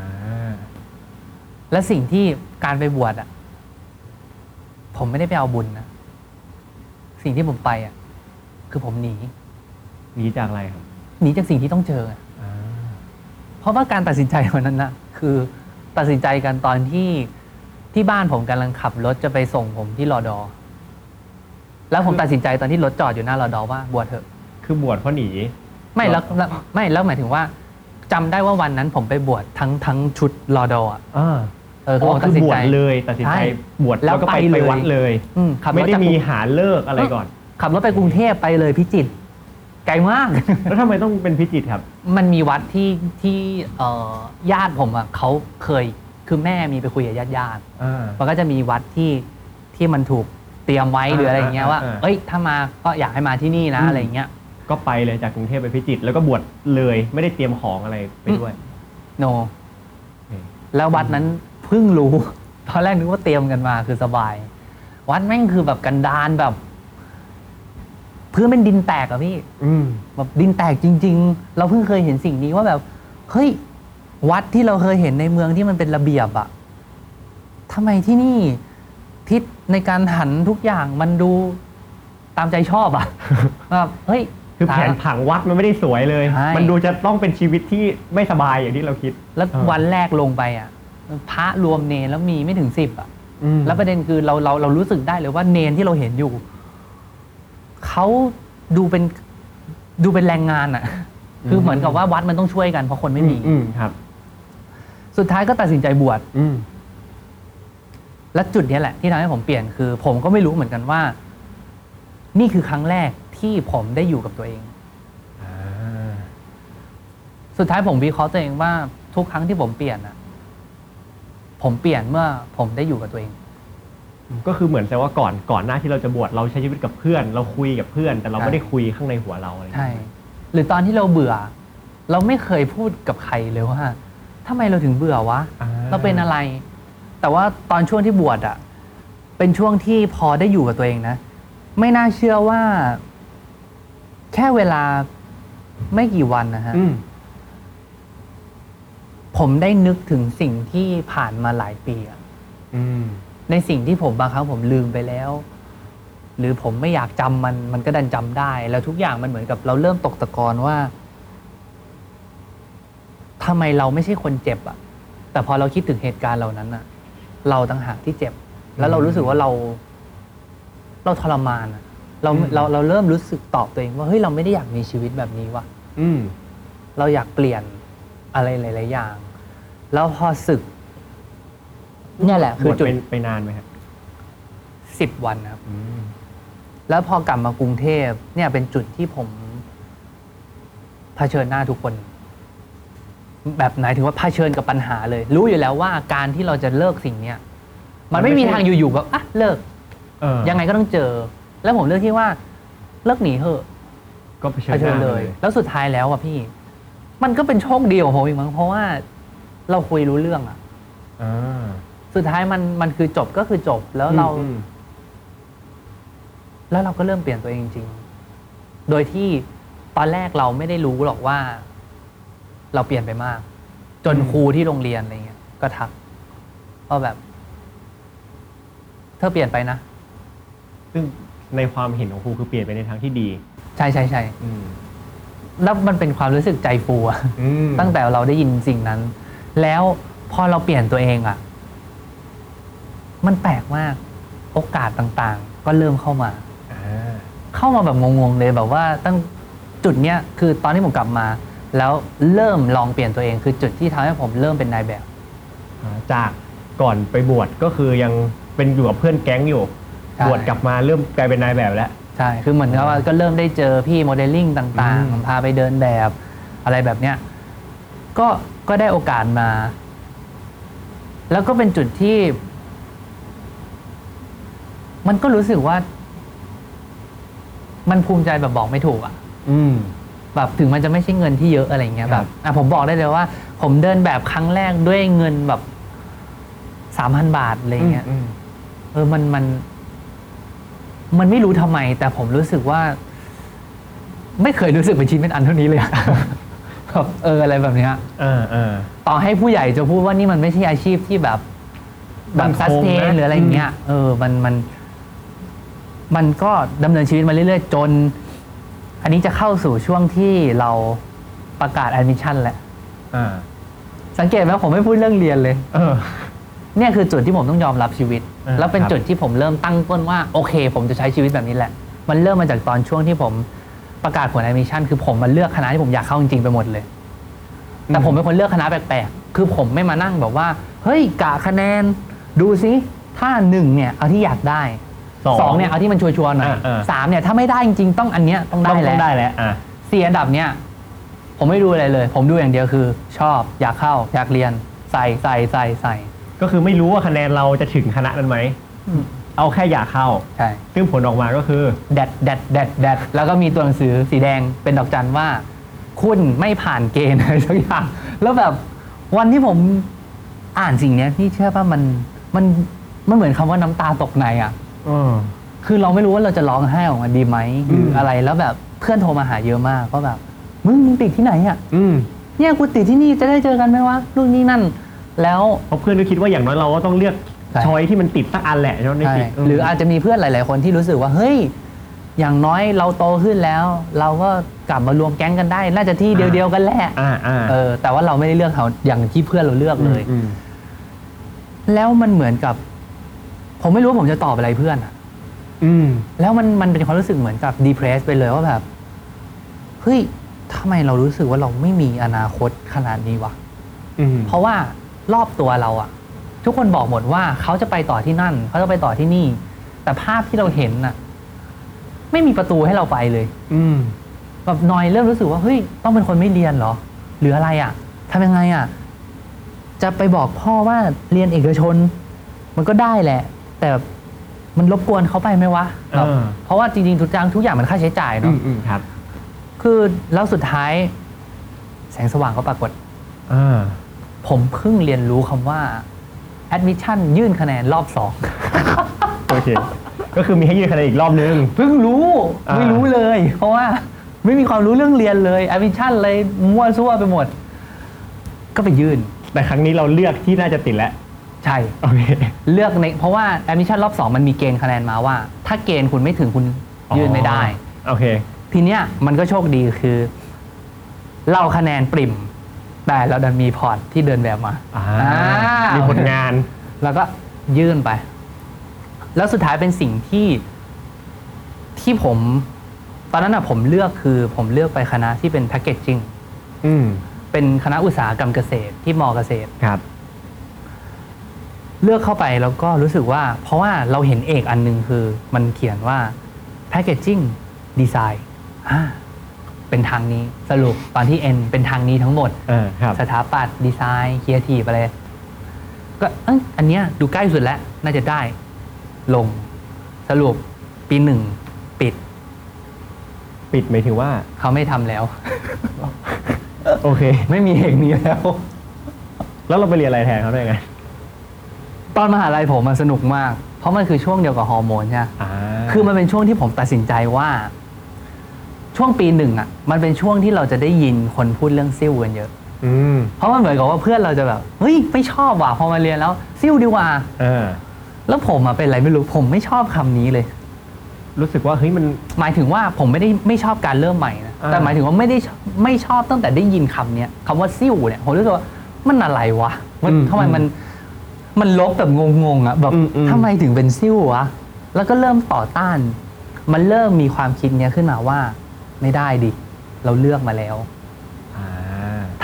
และสิ่งที่การไปบวชอ่ะ ผมไม่ได้ไปเอาบุญนะสิ่งที่ผมไปอ่ะ คือผมหนีจากอะไรครับหนีจากสิ่งที่ต้องเจอเพราะว่าการตัดสินใจวันนั้นนะคือตัดสินใจกันตอนที่บ้านผมกำลังขับรถจะไปส่งผมที่รอดอแล้วผมตัดสินใจตอนที่รถจอดอยู่หน้ารอดอว่าบวชเถอะคือบวชเพราะหนีไม่แล้วหมายถึงว่าจำได้ว่าวันนั้นผมไปบวชทั้งชุดรอดอคือผมตัดสินใจเลยตัดสินใจบวชแล้วก็ไปวัดเลยไม่ได้มีหาเลิกอะไรก่อนขับรถไปกรุงเทพไปเลยพิจิตรไกลมากแล้วทำไมต้องเป็นพิจิตรครับมันมีวัดที่ญาติผมอ่ะเขาเคยคือแม่มีไปคุยกับญาติมันก็จะมีวัดที่มันถูกเตรียมไว้หรืออะไรอย่างเงี้ยว่าเอ้ยถ้ามาก็อยากให้มาที่นี่นะอะไรอย่างเงี้ยก็ไปเลยจากกรุงเทพไปพิจิตรแล้วก็บวชเลยไม่ได้เตรียมของอะไรไปด้วยโนแล้ววัดนั้นเพิ่งรู้ตอนแรกนึกว่าเตรียมกันมาคือสบายวัดแม่งคือแบบกันดารแบบเพื่อเป็นดินแตกอะพี่แบบดินแตกจริงๆเราเพิ่งเคยเห็นสิ่งนี้ว่าแบบเฮ้ยวัดที่เราเคยเห็นในเมืองที่มันเป็นระเบียบอะทำไมที่นี่ทิศในการหันทุกอย่างมันดูตามใจชอบอะแบบเฮ้ยคือแผนผังวัดมันไม่ได้สวยเลยมันดูจะต้องเป็นชีวิตที่ไม่สบายอย่างที่เราคิดแล้ววันแรกลงไปอะพระรวมเนรแล้วมีไม่ถึง10อะแล้วประเด็นคือเรารู้สึกได้เลยว่าเนรที่เราเห็นอยู่เขาดูเป็นแรงงานอ่ะ คือเหมือนกับว่าวัดมันต้องช่วยกันเพราะคนไม่มีครับสุดท้ายก็ตัดสินใจบวชและจุดนี้แหละที่ทำให้ผมเปลี่ยนคือผมก็ไม่รู้เหมือนกันว่านี่คือครั้งแรกที่ผมได้อยู่กับตัวเองสุดท้ายผมวิเคราะห์ตัวเองว่าทุกครั้งที่ผมเปลี่ยนอ่ะผมเปลี่ยนเมื่อผมได้อยู่กับตัวเองก็คือเหมือนแต่ว่าก่อนหน้าที่เราจะบวชเราใช้ชีวิตกับเพื่อนเราคุยกับเพื่อนแต่เราไม่ได้คุยข้างในหัวเราอะไรใช่หรือตอนที่เราเบื่อเราไม่เคยพูดกับใครเลยว่าทำไมเราถึงเบื่อวะเราเป็นอะไรแต่ว่าตอนช่วงที่บวชอ่ะเป็นช่วงที่พอได้อยู่กับตัวเองนะไม่น่าเชื่อว่าแค่เวลาไม่กี่วันนะฮะผมได้นึกถึงสิ่งที่ผ่านมาหลายปีอ่ะในสิ่งที่ผมบางครั้งผมลืมไปแล้วหรือผมไม่อยากจำมันก็ดันจำได้แล้วทุกอย่างมันเหมือนกับเราเริ่มตกตะกอนว่าทำไมเราไม่ใช่คนเจ็บอ่ะแต่พอเราคิดถึงเหตุการณ์เหล่านั้นอ่ะเราต่างหากที่เจ็บแล้วเรารู้สึกว่าเราทรมานอ่ะเราเริ่มรู้สึกตอบตัวเองว่าเฮ้ยเราไม่ได้อยากมีชีวิตแบบนี้ว่ะเราอยากเปลี่ยนอะไรหลายๆอย่างแล้วพอศึกเนี่ยแหละคือจุดไปนานไหมครับ 10 วันครับแล้วพอกลับมากรุงเทพเนี่ยเป็นจุดที่ผมเผชิญหน้าทุกคนแบบไหนถึงว่าเผชิญกับปัญหาเลยรู้อยู่แล้วว่าการที่เราจะเลิกสิ่งเนี้ยมันไม่มีทางอยู่ๆแบบอ่ะเลิกยังไงก็ต้องเจอแล้วผมเลือกที่ว่าเลิกหนีเถอะก็เผชิญเลยแล้วสุดท้ายแล้วอ่ะพี่มันก็เป็นโชคดีของผมอีกมั้งเพราะว่าเราคุยรู้เรื่องอ่ะสุดท้ายมันคือจบก็คือจบแล้วเราก็เริ่มเปลี่ยนตัวเองจริงๆโดยที่ตอนแรกเราไม่ได้รู้หรอกว่าเราเปลี่ยนไปมากจนครูที่โรงเรียนอะไรเงี้ยก็ทักว่าแบบเธอเปลี่ยนไปนะซึ่งในความเห็นของครูคือเปลี่ยนไปในทางที่ดีใช่ใช่ใช่แล้วมันเป็นความรู้สึกใจฟูอะตั้งแต่เราได้ยินสิ่งนั้นแล้วพอเราเปลี่ยนตัวเองอะมันแปลกมากโอกาสต่างๆก็เริ่มเข้ามาแบบงงๆเลยแบบว่าตั้งจุดเนี้ยคือตอนที่ผมกลับมาแล้วเริ่มลองเปลี่ยนตัวเองคือจุดที่ทำให้ผมเริ่มเป็นนายแบบจากก่อนไปบวชก็คือยังเป็นอยู่กับเพื่อนแก๊งอยู่ใช่บวชกลับมาเริ่มกลายเป็นนายแบบแล้วใช่คือเหมือนกับว่าก็เริ่มได้เจอพี่โมเดลลิ่งต่างอืมๆพาไปเดินแบบอะไรแบบเนี้ยก็ได้โอกาสมา แล้วก็เป็นจุดที่ มันก็รู้สึกว่า มันภูมิใจแบบบอกไม่ถูกอะอืมแบบถึงมันจะไม่ใช่เงินที่เยอะอะไรเงี้ยคแบรับบผมบอกได้เลยว่า ผมเดินแบบครั้งแรกด้วยเงินแบบ3,000 บาทอะไรเงี้ยอืมมันไม่รู้ทำไม แต่ผมรู้สึกว่า ไม่เคยรู้สึกเป็นชิ้นเป็นอันเท่านี้เลยอะ แบบอะไรแบบเนี้ย ต่อให้ผู้ใหญ่จะพูดว่านี่มันไม่ใช่อาชีพที่แบบซัสเทนหรืออะไรเงี้ยมันก็ดำเนินชีวิตมาเรื่อยๆจน อันนี้จะเข้าสู่ช่วงที่เราประกาศแอดมิชชั่นแล้ว สังเกตไหมผมไม่พูดเรื่องเรียนเลย เนี่ยคือจุดที่ผมต้องยอมรับชีวิต แล้วเป็นครับจุดที่ผมเริ่มตั้งต้นว่าโอเค ผมจะใช้ชีวิตแบบนี้แหละ มันเริ่มมาจากตอนช่วงที่ผมประกาศผลแอดมิชชั่นคือผมมาเลือกคณะที่ผมอยากเข้าจริงๆไปหมดเลย แต่ผมเป็นคนเลือกคณะแปลกๆ คือผมไม่มานั่งแบบว่า เฮ้ยกะคะแนน ดูซิถ้า1เนี่ยเอาที่อยากได้2เนี่ยเอาที่มันชัวร์ๆหน่อย3เนี่ยถ้าไม่ได้จริงๆต้องอันเนี้ยต้องได้ต้องได้แล้วแล้ว 4อันดับเนี่ยผมไม่ดูอะไรเลย ผมดูอย่างเดียวคือ ชอบอยากเข้าอยากเรียนใส่ก็คือไม่รู้ว่าคะแนนเราจะถึงคณะนั้นไหม เอาแค่อยากเข้าใช่ซึ่งผลออกมาก็คือแดดแล้วก็มีตัวหนังสือสีแดงเป็นดอกจันว่า คุณไม่ผ่านเกณฑ์อะไรสักอย่างแล้วแบบวันที่ผมอ่านสิ่งเนี้ยพี่เชื่อป่ะมันเหมือนคำว่าน้ำตาตกในอ่ะคือเราไม่รู้ว่าเราจะร้องไห้ออกมาดีไหมหรืออะไรแล้วแบบเพื่อนโทรมาหาเยอะมากก็แบบมึงติดที่ไหนอ่ะเนี่ยกูติดที่นี่จะได้เจอกันไหมวะนู่นนี่นั่นแล้วเพราะเพื่อนก็คิดว่าอย่างน้อยเราก็ต้องเลือกใช่ช้อยที่มันติดสักอันแหละใช่ไหมใช่ติดหรืออาจจะมีเพื่อนหลาย ๆ คนที่รู้สึกว่าเฮ้ยอย่างน้อยเราโตขึ้นแล้ว เราก็กลับมารวมแก๊งกันได้ น่าจะที่เดียวกันแหละ แต่ว่าเราไม่ได้เลือกเขาอย่างที่เพื่อนเราเลือกเลย แล้วมันเหมือนกับ ผมไม่รู้ว่าผมจะตอบอะไรเพื่อนอะแล้วมันเป็นความรู้สึกเหมือนกับดีเพรสไปเลยว่าแบบเฮ้ยทำไมเรารู้สึกว่าเราไม่มีอนาคตขนาดนี้วะเพราะว่ารอบตัวเราอะทุกคนบอกหมดว่าเขาจะไปต่อที่นั่นเขาจะไปต่อที่นี่ แต่ภาพที่เราเห็นน่ะ ไม่มีประตูให้เราไปเลยแบบนอยเริ่มรู้สึกว่าเฮ้ยต้องเป็นคนไม่เรียนเหรอหรืออะไรอ่ะทำยังไงอ่ะจะไปบอกพ่อว่าเรียนเอกชน มันก็ได้แหละ แต่มันรบกวนเขาไปไหมวะแบบเพราะว่าจริงๆทุกอย่างมันค่าใช้จ่ายเนาะครับคือแล้วสุดท้ายแสงสว่างก็ปรากฏผมเพิ่งเรียนรู้คำว่า admission ยื่นคะแนนรอบ2 โอเค ก็คือมีให้ยื่นคะแนนอีกรอบนึงเพิ่งรู้ไม่รู้เลย เพราะว่าไม่มีความรู้เรื่องเรียนเลย admission เลยมั่วซั่วไปหมด ก็ไปยื่นแต่ครั้งนี้เราเลือกที่น่าจะติดแล้วใช่โอเคเลือกในเพราะว่า admission รอบ2มันมีเกณฑ์คะแนนมาว่า ถ้าเกณฑ์คุณไม่ถึงคุณยื่นไม่ได้โอเคทีเนี้ยมันก็โชคดีคือ เราคะแนนปริ่ม แต่เราดันมีพอร์ตที่เดินแบบมามีผลงานแล้วก็ยื่นไป แล้วสุดท้ายเป็นสิ่งที่ผมตอนนั้นนะผมเลือกไปคณะที่เป็นแพคเกจจิ้งเป็นคณะอุตสาหกรรมเกษตรที่มอเกษตรครับเลือกเข้าไปแล้วก็รู้สึกว่า เพราะว่าเราเห็นเอกอันนึงคือ มันเขียนว่าแพคเกจจิ้งดีไซน์เป็นทางนี้สรุปตอนที่ N เป็นทางนี้ทั้งหมดครับสถาปัตย์ดีไซน์ครีเอทีฟอะไรก็อันเนี้ยดูใกล้สุดแล้วน่าจะได้ลงสรุปปี 1ปิดหมายถึงว่าเขาไม่ทำแล้วโอเคไม่มีเอกนี้แล้วแล้วเราไปเรียนอะไรแทนเขาได้ไงตอนมหาลัยผมมันสนุกมาก เพราะมันคือช่วงเดียวกับฮอร์โมนใช่ไหมคือมันเป็นช่วงที่ผมตัดสินใจว่า ช่วงปี 1อ่ะมันเป็นช่วงที่เราจะได้ยินคนพูดเรื่องซิ่วกันเยอะเพราะมันเหมือนกับว่าเพื่อนเราจะแบบเฮ้ยไม่ชอบว่ะพอมาเรียนแล้วซิ่วดีกว่าแล้วผมอ่ะเป็นอะไรไม่รู้ผมไม่ชอบคำนี้เลยรู้สึกว่าเฮ้ยมันหมายถึงว่าผมไม่ชอบการเริ่มใหม่นะแต่หมายถึงว่าไม่ชอบตั้งแต่ได้ยินคำเนี้ยคำว่าซิ่วเนี่ยผมรู้สึกว่ามันอะไรวะทำไมมันลบแบบงงๆอ่ะแบบทำไมถึงเป็นซิ่ววะแล้วก็เริ่มต่อต้าน มันเริ่มมีความคิดเนี้ยขึ้นมาว่าไม่ได้ดิเราเลือกมาแล้ว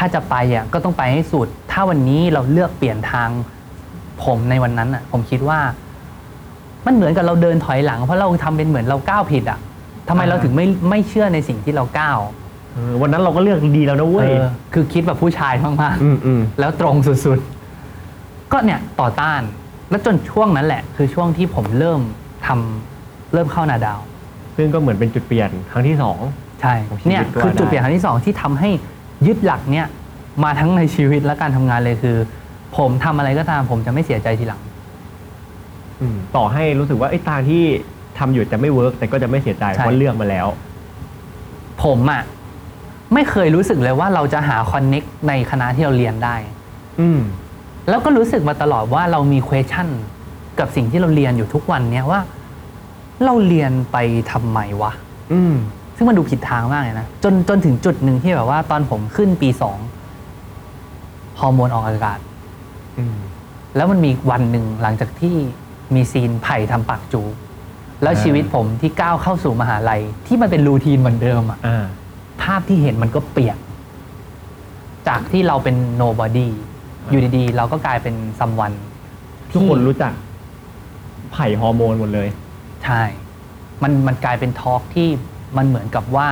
ถ้าจะไปอ่ะก็ต้องไปให้สุด ถ้าวันนี้เราเลือกเปลี่ยนทางผมในวันนั้นอ่ะ ผมคิดว่า มันเหมือนกับเราเดินถอยหลังเพราะเราทำเป็นเหมือนเราก้าวผิดอ่ะทำไมเราถึงไม่เชื่อในสิ่งที่เราก้าววันนั้นเราก็เลือกดีแล้วนะเว้ยคือคิดแบบผู้ชายมากๆแล้วตรงสุดๆก็เนี่ยต่อต้านแล้วจนช่วงนั้นแหละ คือช่วงที่ผมเริ่มเข้านาดาวซึ่งก็เหมือนเป็นจุดเปลี่ยนครั้งที่สองใช่ของชีวิตเนี่ยก็ว่าคือจุดได้เปลี่ยนครั้งที่สองที่ทำให้ยึดหลักเนี่ยมาทั้งในชีวิตและการทำงานเลยคือ ผมทำอะไรก็ตามผมจะไม่เสียใจทีหลังต่อให้รู้สึกว่าไอ้ทางที่ทำอยู่จะไม่เวิร์กแต่ก็จะไม่เสียใจใช่เพราะเลือกมาแล้วผมอ่ะไม่เคยรู้สึกเลยว่าเราจะหาคอนเน็กในคณะที่เราเรียนได้ แล้วก็รู้สึกมาตลอดว่าเรามี question กับสิ่งที่เราเรียนอยู่ทุกวันเนี้ยว่า เราเรียนไปทำไมวะซึ่งมันดูผิดทางมากเลยนะจนถึงจุดหนึ่งที่แบบว่าตอนผมขึ้นปี 2ฮอร์โมนออกอากาศแล้วมันมีวันหนึ่งหลังจากที่มีซีนไผ่ทำปากจูแล้วชีวิตผมที่ก้าวเข้าสู่มหาลัยที่มันเป็นรูทีนเหมือนเดิมอะภาพที่เห็นมันก็เปลี่ยนจากที่เราเป็น nobody อยู่ดีๆเราก็กลายเป็นsomeone ทุกคนรู้จักไผ่ฮอร์โมนหมดเลยใช่ มันกลายเป็นทอล์กที่มันเหมือนกับว่า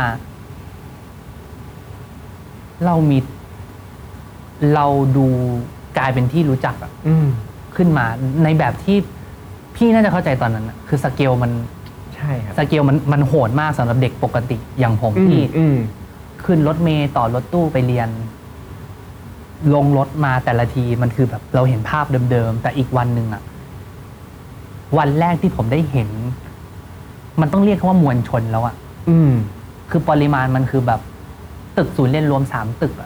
เราดูกลายเป็นที่รู้จักอะขึ้นมาในแบบที่พี่น่าจะเข้าใจตอนนั้นอะคือสเกลมันใช่ครับสเกลมันโหดมากสำหรับเด็กปกติอย่างผมที่ขึ้นรถเมล์ต่อรถตู้ไปเรียน ลงรถมาแต่ละทีมันคือแบบเราเห็นภาพเดิมๆแต่อีกวันหนึ่งอะวันแรกที่ผมได้เห็น มันต้องเรียกว่ามวลชนแล้วอะคือปริมาณมันคือแบบตึกศูนย์เรียนรวม3 ตึกอะ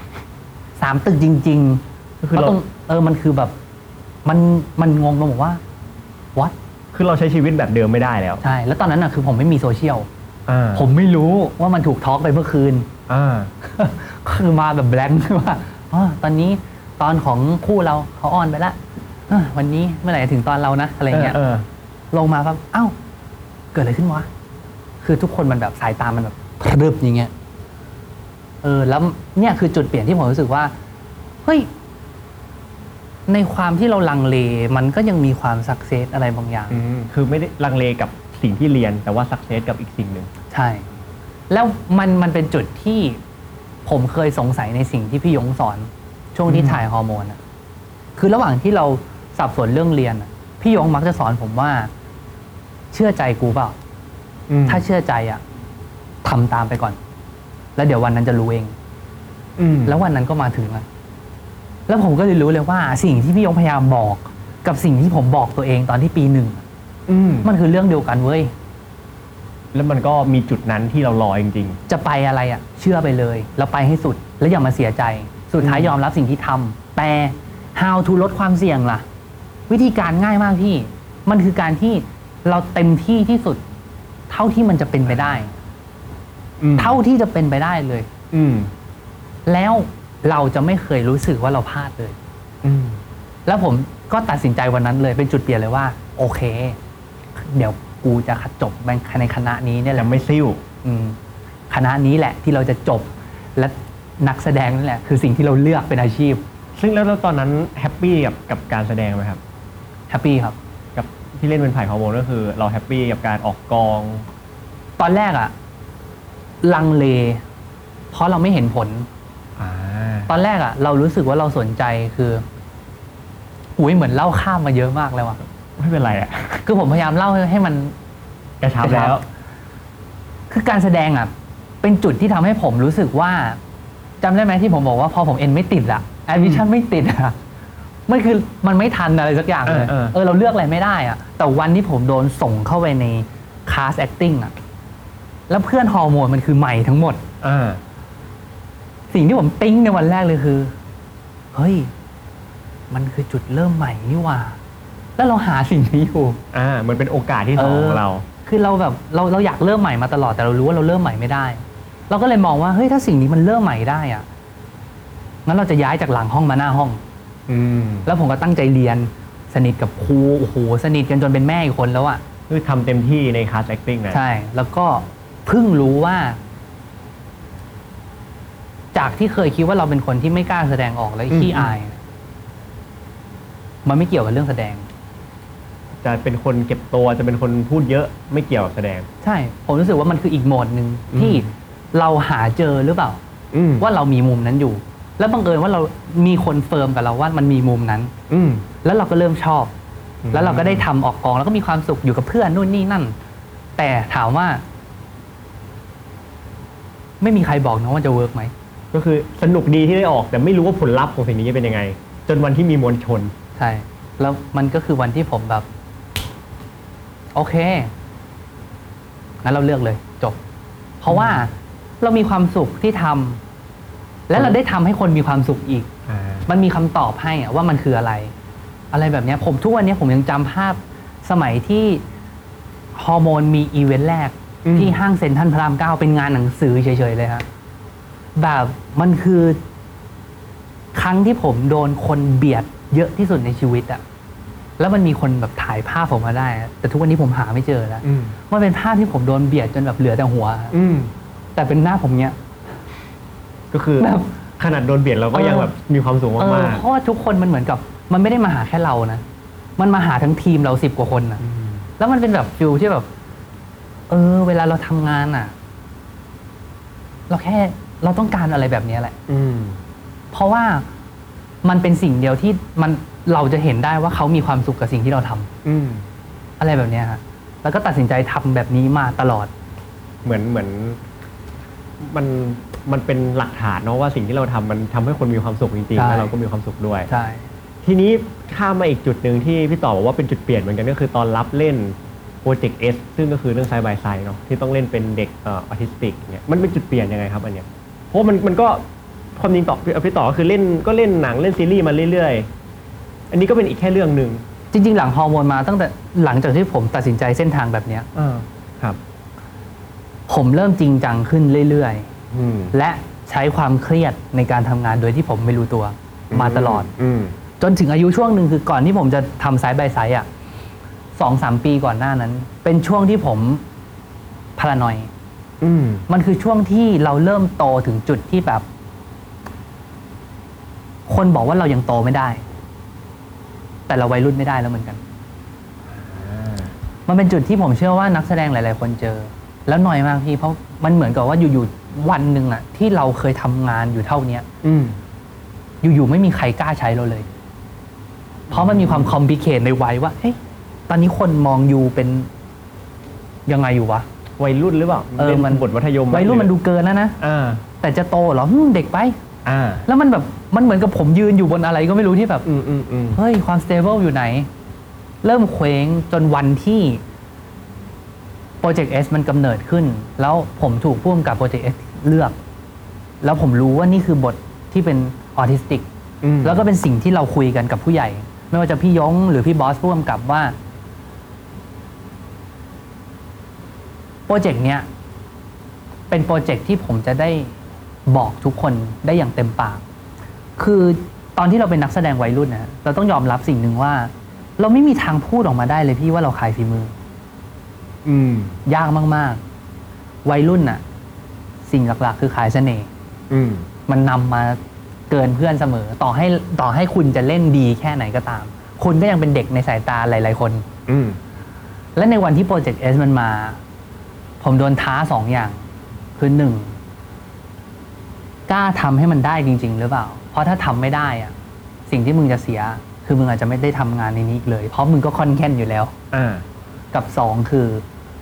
3 ตึกจริงๆก็คือเราเราต้องมันคือแบบมันงงไปหมดว่า what คือเราใช้ชีวิตแบบเดิมไม่ได้แล้วใช่แล้วตอนนั้นอะคือผมไม่มีโซเชียลผมไม่รู้ว่ามันถูกทอล์กไปเมื่อคืนคือมาแบบแบงค์ว่าตอนนี้ตอนของคู่เราเขาออนไปแล้ววันนี้เมื่อไหร่จะถึงตอนเรานะอะไรเงี้ยลงมาแบบเอ้าเกิดอะไรขึ้นวะคือทุกคนมันแบบสายตามันแบบพรึบอย่างเงี้ยแล้วเนี่ยคือจุดเปลี่ยนที่ผมรู้สึกว่าเฮ้ยในความที่เราลังเลมันก็ยังมีความสักเซสอะไรบางอย่างคือไม่ได้ลังเลกับสิ่งที่เรียนแต่ว่าสักเซสกับอีกสิ่งหนึ่งใช่ แล้วมันเป็นจุดที่ผมเคยสงสัยในสิ่งที่พี่ยงสอนช่วงที่ถ่ายฮอร์โมนอะคือระหว่างที่เราสับสนเรื่องเรียนอะพี่ยงมักจะสอนผมว่า เชื่อใจกูเปล่าถ้าเชื่อใจอะทำตามไปก่อน แล้วเดี๋ยววันนั้นจะรู้เองแล้ววันนั้นก็มาถึงแล้วผมก็เลยรู้เลยว่า สิ่งที่พี่ยงพยายามบอก กับสิ่งที่ผมบอกตัวเองตอนที่ปี 1มันคือเรื่องเดียวกันเว้ยแล้วมันก็มีจุดนั้นที่เรารอจริงจะไปอะไรอ่ะเชื่อไปเลยแล้วไปให้สุดแล้วอย่ามาเสียใจสุดท้ายยอมรับสิ่งที่ทำแต่ how to ลดความเสี่ยงล่ะ วิธีการง่ายมากพี่มันคือการที่เราเต็มที่ที่สุด เท่าที่มันจะเป็นไปได้เท่าที่จะเป็นไปได้เลยแล้วเราจะไม่เคยรู้สึกว่าเราพลาดเลยแล้วผมก็ตัดสินใจวันนั้นเลยเป็นจุดเปลี่ยนเลยว่าโอเคเดี๋ยวกูจะจบในคณะนี้เนี่ยแหๆละจะไม่ซิ่วคณะนี้แหละที่เราจะจบและนักแสดงนั่นแหละคือสิ่งที่เราเลือกเป็นอาชีพซึ่งแล้วตอนนั้นแฮปปี้กับการแสดงไหมครับแฮปปี้ครับกับที่เล่นเป็นไผ่ฮอร์โมนก็คือเราแฮปปี้กับการออกกองตอนแรกอะลังเล เพราะเราไม่เห็นผลตอนแรกอะเรารู้สึกว่าเราสนใจคือเหมือนเล่าข้ามมาเยอะมากแล้วอะไม่เป็นไรอะคือผมพยายามเล่าให้มันกระชับแล้วคือการแสดงอะเป็นจุดที่ทำให้ผมรู้สึกว่าจำได้ไหมที่ผมบอกว่าพอผมเอ็นไม่ติดอะแอดมิชชั่นไม่ติดอะมันไม่ทันอะไรสักอย่างเลยเราเลือกอะไรไม่ได้อะแต่วันที่ผมโดนส่งเข้าไปในคลาส acting อะแล้วเพื่อนฮอร์โมนมันคือใหม่ทั้งหมดสิ่งที่ผมปิ๊งในวันแรกเลยคือเฮ้ยมันคือจุดเริ่มใหม่นี่หว่าแล้วเราหาสิ่งนี้อยู่มันเป็นโอกาสที่สองของเราคือเราแบบเราอยากเริ่มใหม่มาตลอดแต่เรารู้ว่าเราเริ่มใหม่ไม่ได้เราก็เลยมองว่าเฮ้ยถ้าสิ่งนี้มันเริ่มใหม่ได้อะงั้นเราจะย้ายจากหลังห้องมาหน้าห้องแล้วผมก็ตั้งใจเรียนสนิทกับครูโอ้โหสนิทกันจนเป็นแม่อีกคนแล้วอะคือทำเต็มที่ในคลาส acting นะใช่แล้วก็เพิ่งรู้ว่า ใจจากที่เคยคิดว่าเราเป็นคนที่ไม่กล้าแสดงออกและขี้อาย มันไม่เกี่ยวกับเรื่องแสดงจะเป็นคนเก็บตัวจะเป็นคนพูดเยอะไม่เกี่ยวกับแสดงใช่ ผมรู้สึกว่ามันคืออีกโหมดหนึ่งที่เราหาเจอหรือเปล่า ว่าเรามีมุมนั้นอยู่ แล้วบังเอิญว่าเรามีคนเฟิร์มกับเราว่ามันมีมุมนั้น แล้วเราก็เริ่มชอบ แล้วเราก็ได้ทำออกกองแล้วก็มีความสุขอยู่กับเพื่อนนู่นนี่นั่น แต่ถามว่า ไม่มีใครบอกนะว่าจะเวิร์กไหมก็คือสนุกดีที่ได้ออกแต่ไม่รู้ว่าผลลัพธ์ของสิ่งนี้จะเป็นยังไง จนวันที่มีมวลชนใช่ แล้วมันก็คือวันที่ผมแบบ โอเค งั้นเราเลือกเลย จบ เพราะว่าเรามีความสุขที่ทำและเราได้ทำให้คนมีความสุขอีก มันมีคำตอบให้อะว่ามันคืออะไร อะไรแบบเนี้ยผมทุกวันนี้ผมยังจำภาพสมัยที่ฮอร์โมนมีอีเวนต์แรก ที่ห้างเซ็นทรัลพระราม 9เป็นงานหนังสือเฉยๆเลยครับแบบมันคือครั้งที่ผมโดนคนเบียดเยอะที่สุดในชีวิตอะแล้วมันมีคนแบบถ่ายภาพผมมาได้อะแต่ทุกวันนี้ผมหาไม่เจอแล้วมันเป็นภาพที่ผมโดนเบียดจนแบบเหลือแต่หัวแต่เป็นหน้าผมเนี้ยก็คือแบบขนาดโดนเบียดเราก็ยังแบบมีความสุขมากๆเพราะว่าทุกคนมันเหมือนกับ มันไม่ได้มาหาแค่เรานะมันมาหาทั้งทีมเรา10 กว่าคนนะแล้วมันเป็นแบบฟิลที่แบบ เวลาเราทำงานอ่ะ เราต้องการอะไรแบบนี้แหละเพราะว่ามันเป็นสิ่งเดียวที่เราจะเห็นได้ว่าเขามีความสุขกับสิ่งที่เราทำอะไรแบบนี้ฮะแล้วก็ตัดสินใจทำแบบนี้มาตลอดเหมือนมันเป็นหลักฐานเนาะว่าสิ่งที่เราทำมันทำให้คนมีความสุขจริงๆแล้วเราก็มีความสุขด้วยใช่ทีนี้ข้ามมาอีกจุดหนึ่งที่พี่ต่อบอกว่าเป็นจุดเปลี่ยนเหมือนกันก็คือตอนรับเล่นโปรเจกต์ S ซึ่งก็คือเรื่องไซด์บายไซด์เนาะที่ต้องเล่นเป็นเด็กออทิสติกเนี่ยมันเป็นจุดเปลี่ยนยังไงครับอันเนี้ยเพราะมันก็ความจริงต่อพี่ต่อก็คือเล่นหนังเล่นซีรีส์มาเรื่อยๆอันนี้ก็เป็นอีกแค่เรื่องนึงจริงๆหลังฮอร์โมนมาตั้งแต่หลังจากที่ผมตัดสินใจเส้นทางแบบเนี้ยครับผมเริ่มจริงจังขึ้นเรื่อยๆและใช้ความเครียดในการทำงานโดยที่ผมไม่รู้ตัวมาตลอดจนถึงอายุช่วงหนึ่งคือก่อนที่ผมจะทำไซด์บายไซด์2-3 ปีก่อนหน้านั้นเป็นช่วงที่ผมพารานอยมันคือช่วงที่เราเริ่มโตถึงจุดที่แบบ คนบอกว่าเรายังโตไม่ได้แต่เราวัยรุ่นไม่ได้แล้วเหมือนกันมันเป็นจุดที่ผมเชื่อว่านักแสดงหลายๆคนเจอแล้วน้อยมากพี่เพราะมันเหมือนกับว่าอยู่ๆวันหนึ่งอะที่เราเคยทำงานอยู่เท่านี้อยู่ๆไม่มีใครกล้าใช้เราเลยเพราะมันมีความคอมพลิเคทในวัยว่าเฮ้ยตอนนี้คนมองอยู่เป็นยังไงอยู่วะวัยรุ่นหรือเปล่ามันบทมัธยมวัยรุ่นมันดูเกินแล้วนะแต่จะโตเหรอเด็กไปแล้วมันแบบมันเหมือนกับผมยืนอยู่บนอะไรก็ไม่รู้ที่แบบเฮ้ยความสเตเบิลอยู่ไหนเริ่มเคว้งจนวันที่โปรเจกต์ S มันกำเนิดขึ้นแล้วผมถูกผู้กำกับโปรเจกต์ S เลือกแล้วผมรู้ว่านี่คือบทที่เป็นออทิสติกแล้วก็เป็นสิ่งที่เราคุยกันกับผู้ใหญ่ไม่ว่าจะพี่ยงหรือพี่บอสผู้กำกับว่าโปรเจกต์เนี้ยเป็นโปรเจกต์ที่ผมจะได้บอกทุกคนได้อย่างเต็มปากคือตอนที่เราเป็นนักแสดงวัยรุ่นนะเราต้องยอมรับสิ่งหนึ่งว่าเราไม่มีทางพูดออกมาได้เลยพี่ว่าเราขายฝีมือยากมากๆวัยรุ่นน่ะสิ่งหลักๆคือขายเสน่ห์มันนำมาเกินเพื่อนเสมอต่อให้คุณจะเล่นดีแค่ไหนก็ตามคุณก็ยังเป็นเด็กในสายตาหลายๆคนและในวันที่โปรเจกต์ S มันมาผมโดนท้า2 อย่างคือ1กล้าทำให้มันได้จริงๆหรือเปล่าเพราะถ้าทำไม่ได้อะสิ่งที่มึงจะเสียคือมึงอาจจะไม่ได้ทำงานในนี้อีกเลยเพราะมึงก็ค่อนแค้นอยู่แล้วกับ2คือ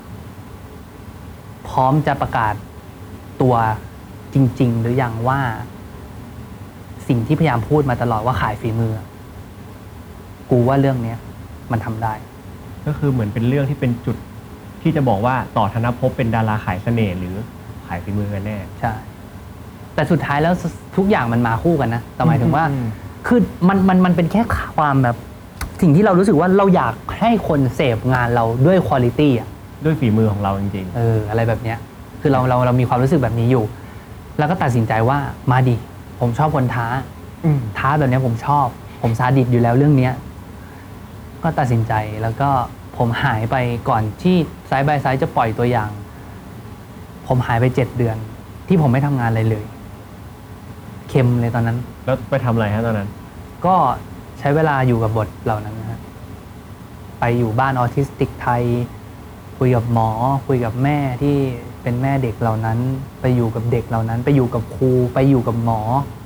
พร้อมจะประกาศตัวจริงๆหรือยังว่าสิ่งที่พยายามพูดมาตลอดว่าขายฝีมือกูว่าเรื่องนี้มันทำได้ก็คือเหมือนเป็นเรื่องที่เป็นจุดที่จะบอกว่าต่อธนภพเป็นดาราขายเสน่ห์หรือขายฝีมือกันแน่ใช่แต่สุดท้ายแล้วทุกอย่างมันมาคู่กันนะแต่หมายถึงว่าคือมันเป็นแค่ความแบบสิ่งที่เรารู้สึกว่าเราอยากให้คนเสพงานเราด้วยคุณภาพอ่ะด้วยฝีมือของเราจริงๆอะไรแบบเนี้ยคือเรามีความรู้สึกแบบนี้อยู่แล้วก็ตัดสินใจว่ามาดิผมชอบคนท้าแบบนี้ผมชอบผมซาดิสอยู่แล้วเรื่องนี้ก็ตัดสินใจแล้วก็ผมหายไปก่อนที่ไซด์บายไซด์จะปล่อยตัวอย่างผมหายไป7 เดือนที่ผมไม่ทำงานอะไรเลยเค็มเลยตอนนั้นแล้วไปทำอะไรฮะตอนนั้นก็ใช้เวลาอยู่กับบทเหล่านั้นนะฮะไปอยู่บ้านออทิสติกไทย คุยกับหมอ คุยกับแม่ที่เป็นแม่เด็กเหล่านั้น ไปอยู่กับเด็กเหล่านั้น ไปอยู่กับครู ไปอยู่กับหมอ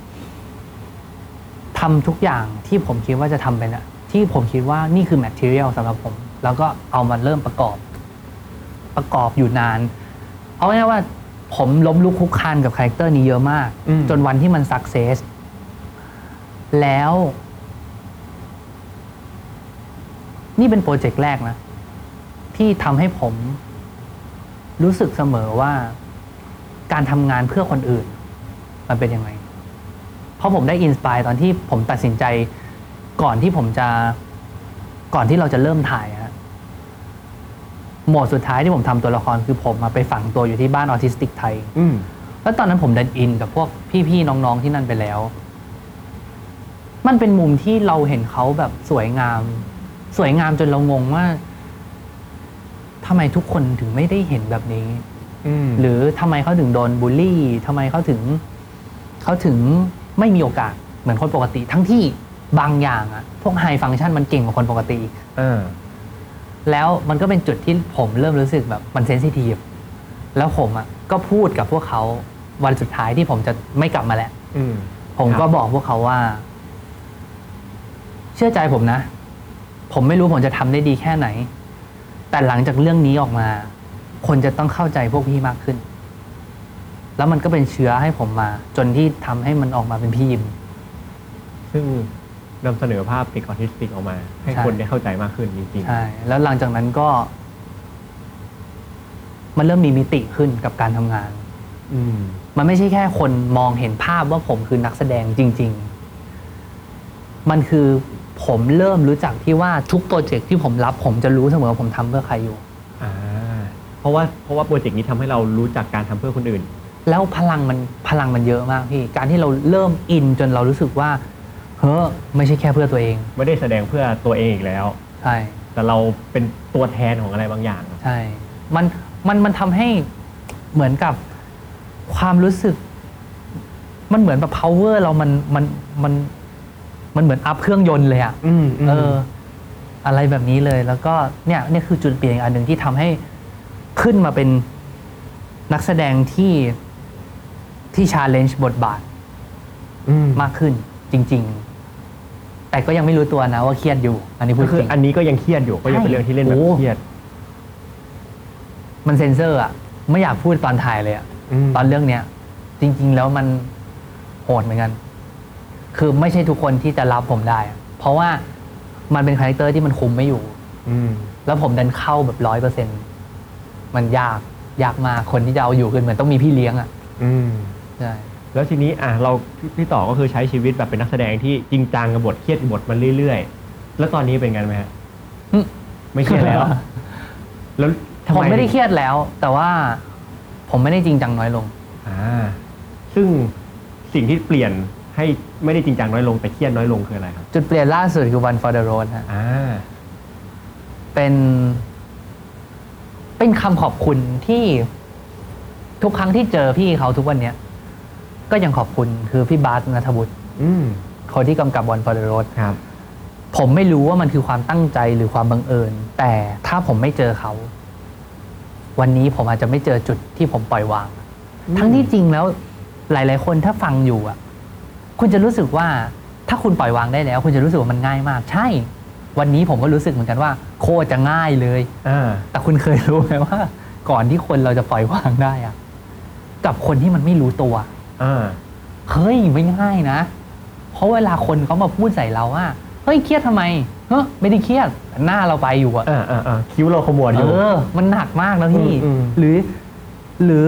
ทำทุกอย่างที่ผมคิดว่าจะทำเป็นอะที่ผมคิดว่านี่คือ material สำหรับผม แล้วก็เอามาเริ่มประกอบอยู่นาน เอาง่ายๆว่าผมล้มลุกคลุกคลานกับคาแรคเตอร์นี้เยอะมาก จนวันที่มันสักเซสแล้ว นี่เป็นโปรเจกต์แรกนะที่ทำให้ผมรู้สึกเสมอว่าการทำงานเพื่อคนอื่นมันเป็นยังไง เพราะผมได้อินสปายตอนที่ผมตัดสินใจก่อนที่เราจะเริ่มถ่ายฮะโหมดสุดท้ายที่ผมทำตัวละครคือผมมาไปฝังตัวอยู่ที่บ้านออทิสติกไทยแล้วตอนนั้นผมดันอินกับพวกพี่ๆน้องๆที่นั่นไปแล้ว มันเป็นมุมที่เราเห็นเขาแบบสวยงามจนเรางงว่าทำไมทุกคนถึงไม่ได้เห็นแบบนี้หรือทำไมเขาถึงโดนบูลลี่ทำไมเขาถึงไม่มีโอกาสเหมือนคนปกติ ทั้งที่บางอย่างอะพวกไฮฟังก์ชันมันเก่งกว่าคนปกติอีกแล้วมันก็เป็นจุดที่ผมเริ่มรู้สึกแบบมันเซนซิทีฟแล้วผมอะก็พูดกับพวกเขาวันสุดท้ายที่ผมจะไม่กลับมาแล้วผมก็บอกพวกเขาว่าเชื่อใจผมนะผมไม่รู้ผมจะทำได้ดีแค่ไหนแต่หลังจากเรื่องนี้ออกมาคนจะต้องเข้าใจพวกพี่มากขึ้นแล้วมันก็เป็นเชื้อให้ผมมาจนที่ทำให้มันออกมาเป็นพี่ยิมซึ่งนำเสนอภาพเด็กออทิสติกออกมาให้คนได้เข้าใจมากขึ้นจริงๆใช่แล้วหลังจากนั้นก็มันเริ่มมีมิติขึ้นกับการทำงานมันไม่ใช่แค่คนมองเห็นภาพว่าผมคือนักแสดงจริงๆมันคือผมเริ่มรู้จักที่ว่าทุกโปรเจกต์ที่ผมรับผมจะรู้เสมอว่าผมทำเพื่อใครอยู่เพราะว่าโปรเจกต์นี้ทำให้เรารู้จักการทำเพื่อคนอื่นแล้วพลังมันเยอะมากพี่การที่เราเริ่มอินจนเรารู้สึกว่าเฮ้อไม่ใช่แค่เพื่อตัวเองไม่ได้แสดงเพื่อตัวเองอีกแล้วใช่แต่เราเป็นตัวแทนของอะไรบางอย่างใช่มันทำให้เหมือนกับความรู้สึกมันเหมือนแบบ power เรามันเหมือนอัพเครื่องยนต์เลยอะอะไรแบบนี้เลยแล้วก็เนี่ยคือจุดเปลี่ยนอีกอันหนึ่งที่ทำให้ขึ้นมาเป็นนักแสดงที่challenge บทบาทมากขึ้นจริงๆแต่ก็ยังไม่รู้ตัวนะว่าเครียดอยู่อันนี้พูดจริงอันนี้ก็ยังเครียดอยู่ก็ยังเป็นเรื่องที่เล่นแบบเครียดมันเซ็นเซอร์อะไม่อยากพูดตอนถ่ายเลยอะตอนเรื่องเนี้ยจริงๆแล้วมันโหดเหมือนกันคือไม่ใช่ทุกคนที่จะรับผมได้เพราะว่ามันเป็นคาแรคเตอร์ที่มันคุมไม่อยู่แล้วผมดันเข้าแบบ100%มันยากมากคนที่จะเอาอยู่คือเหมือนต้องมีพี่เลี้ยงอ่ะใช่แล้วทีนี้เราพี่ต่อก็คือใช้ชีวิตแบบเป็นนักแสดงที่จริงจังกับบทเครียดบทมันเรื่อยๆแล้วตอนนี้เป็นไงไหมฮะไม่เครียดแล้วแล้วผมไม่ได้เครียดแล้วแต่ว่าผมไม่ได้จริงจังน้อยลงซึ่งสิ่งที่เปลี่ยนให้ไม่ได้จริงจังน้อยลงแต่เครียดน้อยลงคืออะไรครับจุดเปลี่ยนล่าสุดคือ One for the Road ฮะเป็นคำขอบคุณที่ทุกครั้งที่เจอพี่เขาทุกวันนี้ก็ยังขอบคุณคือพี่บาสณัฐบุตรคนที่กำกับ One for the Road ครับผมไม่รู้ว่ามันคือความตั้งใจหรือความบังเอิญแต่ถ้าผมไม่เจอเขาวันนี้ผมอาจจะไม่เจอจุดที่ผมปล่อยวางทั้งที่จริงแล้วหลายๆคนถ้าฟังอยู่อ่ะคุณจะรู้สึกว่าถ้าคุณปล่อยวางได้แล้วคุณจะรู้สึกว่ามันง่ายมากใช่วันนี้ผมก็รู้สึกเหมือนกันว่าโคตรจะง่ายเลยแต่คุณเคยรู้ไหมว่าก่อนที่คนเราจะปล่อยวางได้อ่ะกับคนที่มันไม่รู้ตัวเฮ้ยไม่ง่ายนะเพราะเวลาคนเขามาพูดใส่เราว่าเฮ้ยเครียดทำไมไม่ได้เครียดหน้าเราไปอยู่อ่ะคิ้วเราขมวดอยู่มันหนักมากนะพี่หรือ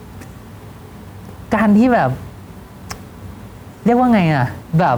การที่แบบเรียกว่าไงอ่ะแบบ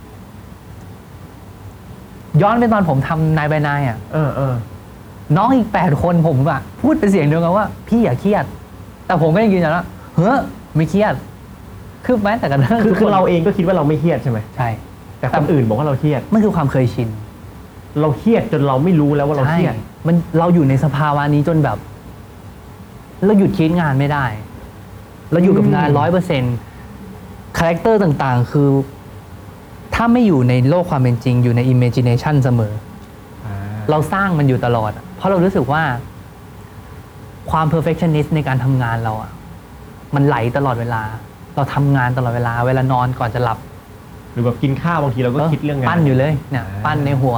ย้อนไปตอนผมทำนายบายนายอ่ะน้องอีก8 คนผมอ่ะพูดเป็นเสียงเดียวกันว่าพี่อย่าเครียดแต่ผมก็ยังยืนยันว่าไม่เครียดคือแม้แต่กันคือเราเองก็คิดว่าเราไม่เครียดใช่ไหมใช่แต่คนอื่นบอกว่าเราเครียดมันคือความเคยชินเราเครียดจนเราไม่รู้แล้วว่าเราเครียดมันเราอยู่ในสภาวะนี้จนแบบเราหยุดคิดงานไม่ได้เราอยู่กับงาน100%ทคาแรคเตอร์ต่างๆ คือ ถ้าไม่อยู่ในโลกความเป็นจริงอยู่ใน imagination เสมอ เราสร้างมันอยู่ตลอด เพราะเรารู้สึกว่า ความ perfectionist ในการทำงานเราอะมันไหลตลอดเวลา เราทำงานตลอดเวลา เวลานอนก่อนจะหลับหรือแบบกินข้าวบางทีเราก็คิดเรื่องงานปั้นอยู่เลยเนี่ยปั้นในหัว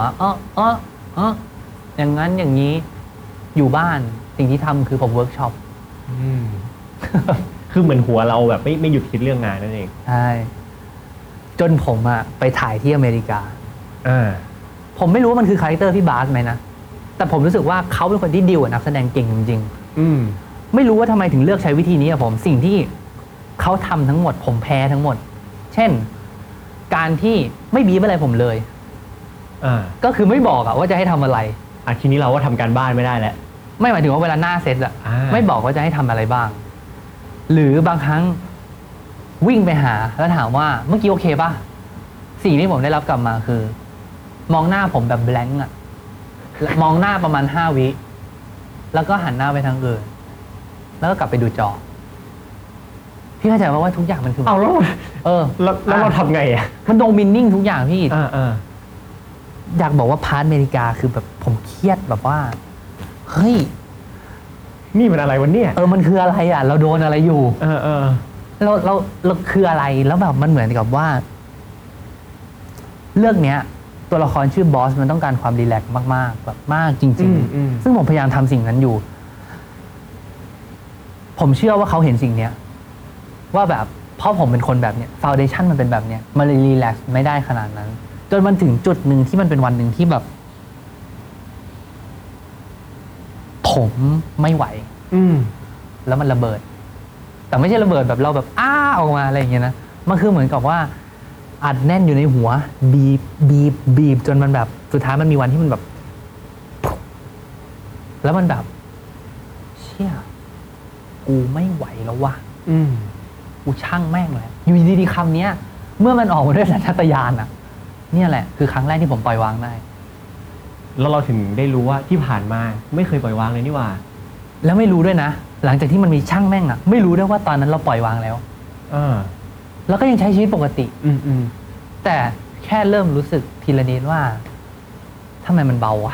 อย่างนั้นอย่างนี้อยู่บ้านสิ่งที่ทำคือผมเวิร์กช็อปคือเหมือนหัวเราแบบไม่หยุดคิดเรื่องงานนั่นเองใช่จนผมอะไปถ่ายที่อเมริกา ผมไม่รู้ว่ามันคือคาแรคเตอร์พี่บาสไหมนะ แต่ผมรู้สึกว่าเขาเป็นคนที่ดีลกับนักแสดงเก่งจริงๆไม่รู้ว่าทำไมถึงเลือกใช้วิธีนี้อะผมสิ่งที่เขาทำทั้งหมด ผมแพ้ทั้งหมด เช่น การที่ไม่บีบอะไรผมเลยก็คือไม่บอกอะว่าจะให้ทำอะไรทีนี้เราก็ทำการบ้านไม่ได้แล้วไม่หมายถึงว่าเวลาหน้าเซตอะไม่บอกว่าจะให้ทำอะไรบ้าง หรือบางครั้งวิ่งไปหาแล้วถามว่าเมื่อกี้โอเคป่ะสิ่งที่ผมได้รับกลับมาคือ มองหน้าผมแบบแบงค์อะมองหน้าประมาณ5 วิแล้วก็หันหน้าไปทางอื่นแล้วก็กลับไปดูจอพี่เข้าใจว่าทุกอย่างมันคือแล้วแล้วเราทำไงอะมันโดมินนิ่งทุกอย่างพี่อยากบอกว่าพาร์ทอเมริกาคือแบบผมเครียดแบบว่าเฮ้ยนี่มันอะไรวะเนี่ยมันคืออะไรอ่ะเราโดนอะไรอยู่เราคืออะไรแล้วแบบมันเหมือนกับว่าเรื่องเนี้ยตัวละครชื่อบอสมันต้องการความรีแลกซ์มากๆแบบมากจริงๆซึ่งผมพยายามทำสิ่งนั้นอยู่ผมเชื่อว่าเขาเห็นสิ่งเนี้ยว่าแบบเพราะผมเป็นคนแบบเนี้ยฟาวเดชั่นมันเป็นแบบเนี้ยมันเลยรีแลกซ์ไม่ได้ขนาดนั้นจนมันถึงจุดหนึ่งที่มันเป็นวันหนึ่งที่แบบผมไม่ไหวแล้วมันระเบิดแต่ไม่ใช่ระเบิดแบบเราแบบออกมาอะไรอย่างเงี้ยนะมันคือเหมือนกับว่าอัดแน่นอยู่ในหัวบีบจนมันแบบสุดท้ายมันมีวันที่มันแบบแล้วมันแบบเชี่ยกูไม่ไหวแล้ววะกูช่างแม่งเลยอยู่ดีๆคำนี้เมื่อมันออกมาด้วยสัญชาตญาณอะเนี่ยแหละคือครั้งแรกที่ผมปล่อยวางได้แล้วเราถึงได้รู้ว่าที่ผ่านมาไม่เคยปล่อยวางเลยนี่หว่าแล้วไม่รู้ด้วยนะหลังจากที่มันมีช่างแม่งอะไม่รู้ด้วยว่าตอนนั้นเราปล่อยวางแล้วแล้วก็ยังใช้ชีวิตปกติแต่แค่เริ่มรู้สึกทีละนิดว่าทำไมมันเบาวะ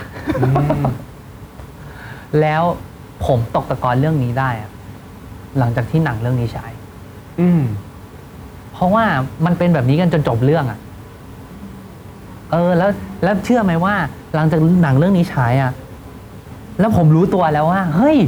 แล้วผมตกตะกอนเรื่องนี้ได้อะหลังจากที่หนังเรื่องนี้ฉายเพราะว่ามันเป็นแบบนี้กันจนจบเรื่องอะแล้วเชื่อไหมว่าหลังจากหนังเรื่องนี้ฉายอะแล้วผมรู้ตัวแล้วว่าเฮ้ย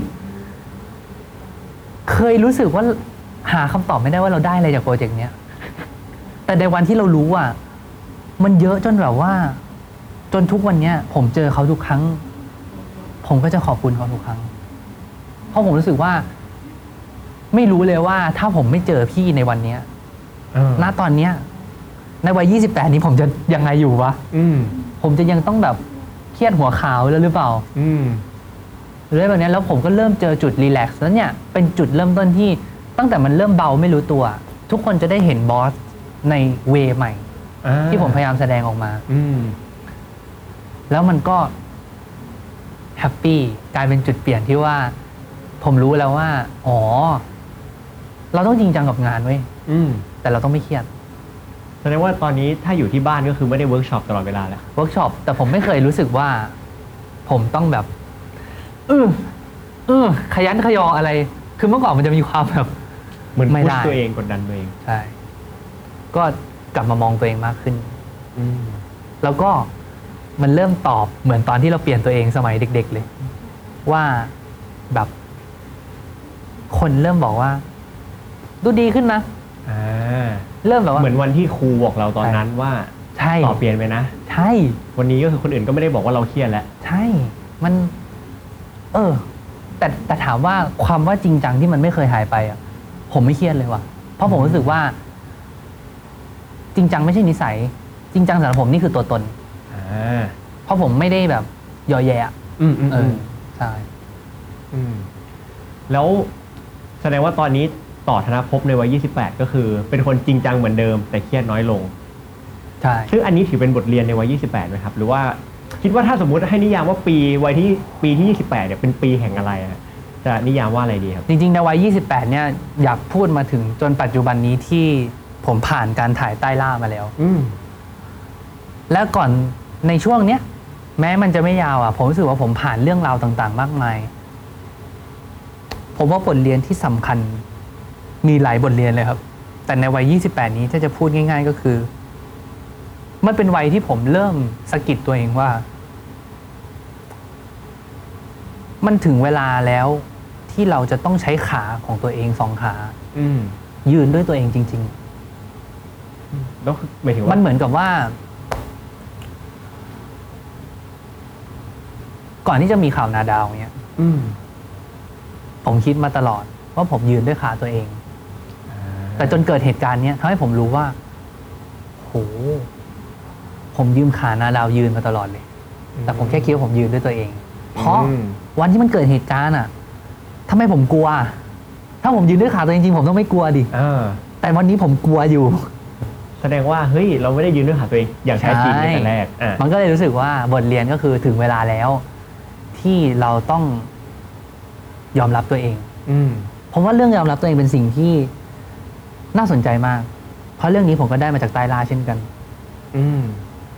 เคยรู้สึกว่าหาคำตอบไม่ได้ว่าเราได้อะไรจากโปรเจกต์เนี้ยแต่ในวันที่เรารู้ว่ามันเยอะจนแบบว่าจนทุกวันเนี้ยผมเจอเขาทุกครั้งผมก็จะขอบคุณเขาทุกครั้งเพราะผมรู้สึกว่าไม่รู้เลยว่าถ้าผมไม่เจอพี่ในวันเนี้ยณตอนเนี้ยในวัย28นี้ผมจะยังไงอยู่วะผมจะยังต้องแบบเครียดหัวขาวแล้วหรือเปล่าหรืออะไรแบบนี้แล้วผมก็เริ่มเจอจุดรีแลกซ์แล้วเนี่ยเป็นจุดเริ่มต้นที่ตั้งแต่มันเริ่มเบาไม่รู้ตัวทุกคนจะได้เห็นบอสในเวใหม่ที่ผมพยายามแสดงออกมาแล้วมันก็แฮปปี้กลายเป็นจุดเปลี่ยนที่ว่าผมรู้แล้วว่าอ๋อเราต้องจริงจังกับงานเว้ยแต่เราต้องไม่เครียดแสดงว่าตอนนี้ถ้าอยู่ที่บ้านก็คือไม่ได้เวิร์กช็อปตลอดเวลาแล้วเวิร์กช็อปแต่ผมไม่เคยรู้สึกว่าผมต้องแบบขยันขยออะไรคือเมื่อก่อนมันจะมีความแบบเหมือนพุชตัวเองกดดันตัวเองใช่ก็กลับมามองตัวเองมากขึ้นแล้วก็มันเริ่มตอบเหมือนตอนที่เราเปลี่ยนตัวเองสมัยเด็กๆเลยว่าแบบคนเริ่มบอกว่าดูดีขึ้นนะเริ่มแบบว่าเหมือนวันที่ครูบอกเราตอนนั้นว่าต่อเปลี่ยนไปนะใช่วันนี้ก็คือคนอื่นก็ไม่ได้บอกว่าเราเครียดแล้วใช่มันแต่ถามว่าความว่าจริงจังที่มันไม่เคยหายไปอ่ะผมไม่เครียดเลยว่ะเพราะผมรู้สึกว่าจริงจังไม่ใช่นิสัยจริงจังสำหรับผมนี่คือตัวตนเพราะผมไม่ได้แบบยอแยะใช่แล้วแสดงว่าตอนนี้ต่อธนภพในวัย28ก็คือเป็นคนจริงจังเหมือนเดิมแต่เครียดน้อยลงใช่ซึ่งอันนี้ถือเป็นบทเรียนในวัย28ไหมครับหรือว่าคิดว่าถ้าสมมุติให้นิยามว่าปีที่28เนี่ยเป็นปีแห่งอะไรจะนิยามว่าอะไรดีครับจริงๆในวัย28เนี่ยอยากพูดมาถึงจนปัจจุบันนี้ที่ผมผ่านการถ่ายใต้ล่ามาแล้วอืมแล้วก่อนในช่วงเนี้ยแม้มันจะไม่ยาวอ่ะผมรู้สึกว่าผมผ่านเรื่องราวต่างๆ มากมาย ผมว่าบทเรียนที่สำคัญมีหลายบทเรียนเลยครับ แต่ในวัย 28 นี้ถ้าจะพูดง่ายๆก็คือ มันเป็นวัยที่ผมเริ่มสะกิดตัวเองว่า มันถึงเวลาแล้วที่เราจะต้องใช้ขาของตัวเอง2 ขาอืมยืนด้วยตัวเองจริงแล้วคือหมายถึงๆว่ามันเหมือนกับว่า ก่อนที่จะมีข่าวนาดาวเนี้ยอืมผมคิดมาตลอดว่าผมยืนด้วยขาตัวเอง แต่จนเกิดเหตุการณ์เนี้ยทำให้ผมรู้ว่าโหผมยืมขานาดาวยืนมาตลอดเลย แต่ผมแค่คิดว่าผมยืนด้วยตัวเอง เพราะอืมวันที่มันเกิดเหตุการณ์อ่ะทำไมผมกลัว ถ้าผมยืนด้วยขาตัวเองจริงๆผมต้องไม่กลัวดิอ่าแต่วันนี้ผมกลัวอยู่แสดงว่าเฮ้ยเราไม่ได้ยืนด้วยขาตัวเองอย่างแท้จริงในแต่แรกอ่ะมันก็เลยรู้สึกว่าบทเรียนก็คือถึงเวลาแล้ว ที่เราต้องยอมรับตัวเองอืมผมว่าเรื่องยอมรับตัวเองเป็นสิ่งที่น่าสนใจมาก เพราะเรื่องนี้ผมก็ได้มาจากใต้ล่าเช่นกันอืม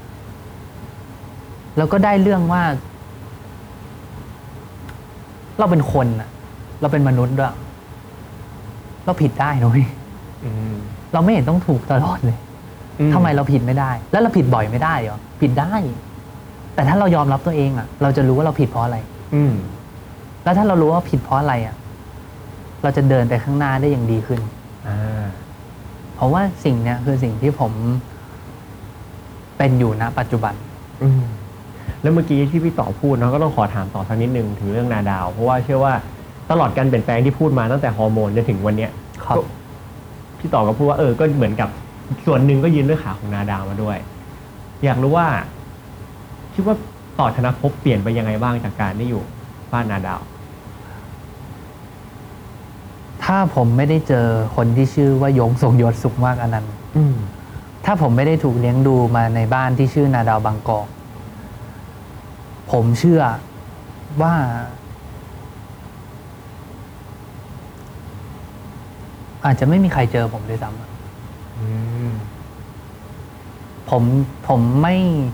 แล้วก็ได้เรื่องว่า เราเป็นคนอะเราเป็นมนุษย์ด้วยเราผิดได้นะเว้ยอืมเราไม่เห็นต้องถูกตลอดเลยอืทำไมเราผิดไม่ได้ แล้วเราผิดบ่อยไม่ได้เหรอผิดได้ แต่ถ้าเรายอมรับตัวเองอะเราจะรู้ว่าเราผิดเพราะอะไรอืมแล้วถ้าเรารู้ว่าผิดเพราะอะไรอะเราจะเดินไปข้างหน้าได้อย่างดีขึ้นอ่าเพราะว่าสิ่งเนี้ยคือสิ่งที่ผมเป็นอยู่ณปัจจุบันอืม แล้วเมื่อกี้ที่พี่ต่อพูดเนาะก็ต้องขอถามต่อสักนิดนึงถึงเรื่องนาดาว เพราะว่าเชื่อว่าตลอดการเปลี่ยนแปลงที่พูดมาตั้งแต่ฮอร์โมนจนถึงวันเนี้ยครับก็พี่ต่อก็พูดว่าก็เหมือนกับส่วนหนึ่งก็ยืนด้วยขาของนาดาวมาด้วย อยากรู้ว่าคิดว่าต่อธนภพเปลี่ยนไปยังไงบ้างจากการที่อยู่บ้านนาดาวถ้าผมไม่ได้เจอคนที่ชื่อว่ายงทรงยศสุขมากอนันต์อืมถ้าผมไม่ได้ถูกเลี้ยงดูมาในบ้านที่ชื่อนาดาวบางกอกผมเชื่อว่า อาจจะไม่มีใครเจอผมด้วยซ้ำอะอืมผมไม่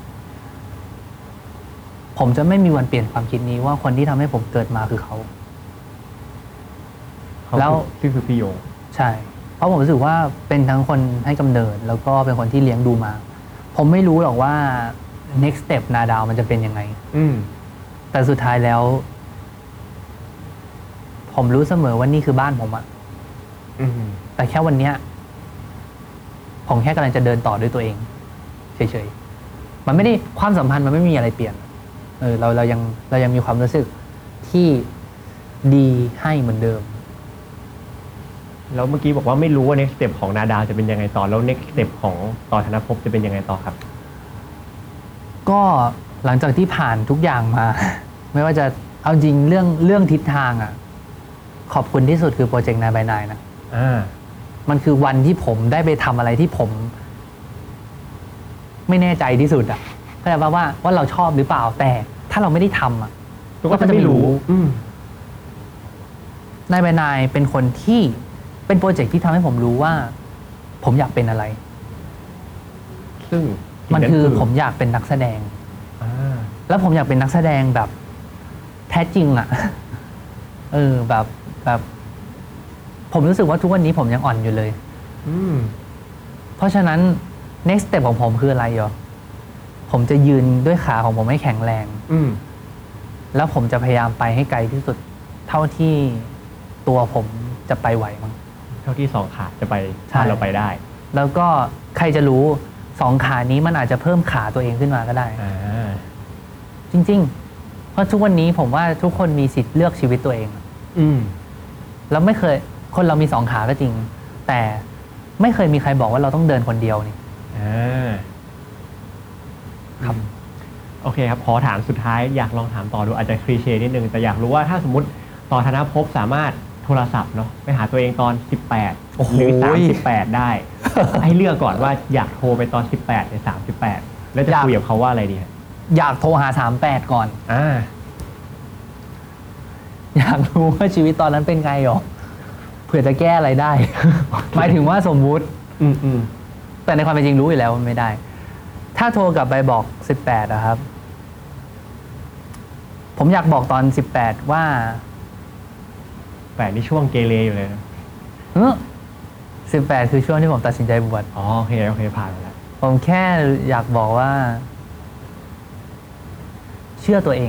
ผมจะไม่มีวันเปลี่ยนความคิดนี้ว่าคนที่ทำให้ผมเกิดมาคือเขา แล้วที่คือพี่โยงใช่ เพราะผมรู้สึกว่าเป็นทั้งคนให้กำเนิด แล้วก็เป็นคนที่เลี้ยงดูมา ผมไม่รู้หรอกว่า next step นาดาวมันจะเป็นยังไงอืมแต่สุดท้ายแล้ว ผมรู้เสมอว่านี่คือบ้านผมอะอืมแต่แค่วันเนี้ยผมแค่กำลังจะเดินต่อด้วยตัวเองเฉยๆมันไม่ได้ความสัมพันธ์มันไม่มีอะไรเปลี่ยนเรายังมีความรู้สึกที่ดีให้เหมือนเดิมแล้วเมื่อกี้บอกว่าไม่รู้ว่า next step ของนาดาวจะเป็นยังไงต่อแล้ว next step ของต่อธนภพจะเป็นยังไงต่อครับก็หลังจากที่ผ่านทุกอย่างมา ไม่ว่าจะเอาจริงเรื่องทิศทางอ่ะ ขอบคุณที่สุดคือโปรเจกต์นายบายนายนะอ่ามันคือวันที่ผมได้ไปทำอะไรที่ผม ไม่แน่ใจที่สุดอ่ะเข้าใจป่ะว่าเราชอบหรือเปล่าแต่ถ้าเราไม่ได้ทำอ่ะก็จะไม่รู้ อืมนายบายนายเป็นคนที่เป็นโปรเจกต์ที่ทำให้ผมรู้ว่า ผมอยากเป็นอะไรซึ่งมันคือผมอยากเป็นนักแสดงอ่าแล้วผมอยากเป็นนักแสดงแบบแท้จริงอ่ะ แบบ ผมรู้สึกว่าทุกวันนี้ผมยังอ่อนอยู่เลยอืมเพราะฉะนั้น next step ของผมคืออะไรเหรอผมจะยืนด้วยขาของผมให้แข็งแรงอืมแล้วผมจะพยายามไปให้ไกลที่สุด เท่าที่ตัวผมจะไปไหวมั้งเท่าที่สองขาจะไปใช่พาเราไปได้แล้วก็ใครจะรู้2 ขานี้มันอาจจะเพิ่มขาตัวเองขึ้นมาก็ได้อ่าจริง ๆ เพราะทุกวันนี้ผมว่าทุกคนมีสิทธิ์เลือกชีวิตตัวเองอืมแล้วไม่เคยคนเรามี2 ขาก็จริง แต่ไม่เคยมีใครบอกว่าเราต้องเดินคนเดียวนี่อ่าครับโอเคครับ ขอถามสุดท้ายอยากลองถามต่อดูอาจจะคลีเช่นิดนึง แต่อยากรู้ว่าถ้าสมมติต่อธนภพสามารถโทรศัพท์เนาะไปหาตัวเองตอน 18 โอ้โหหรือ 38 ได้ ให้เลือกก่อนว่าอยากโทรไปตอน 18 หรือ 38 แล้วจะคุยกับเขาว่าอะไรดีฮะอยากโทรหา38ก่อนอ่าอยากรู้ว่าชีวิตตอนนั้นเป็นไงหรอเผื่อจะแก้อะไรได้ หมายถึงว่าสมมุติแต่ในความเป็นจริงรู้อยู่แล้วมันไม่ได้ ถ้าโทรกลับไปบอก18นะครับผมอยากบอกตอน18ว่า 8นี่ช่วงเกเรอยู่เลยนะ 18คือช่วงที่ผมตัดสินใจบวชอ๋อโอเคผ่านไปแล้วผมแค่อยากบอกว่า เชื่อตัวเอง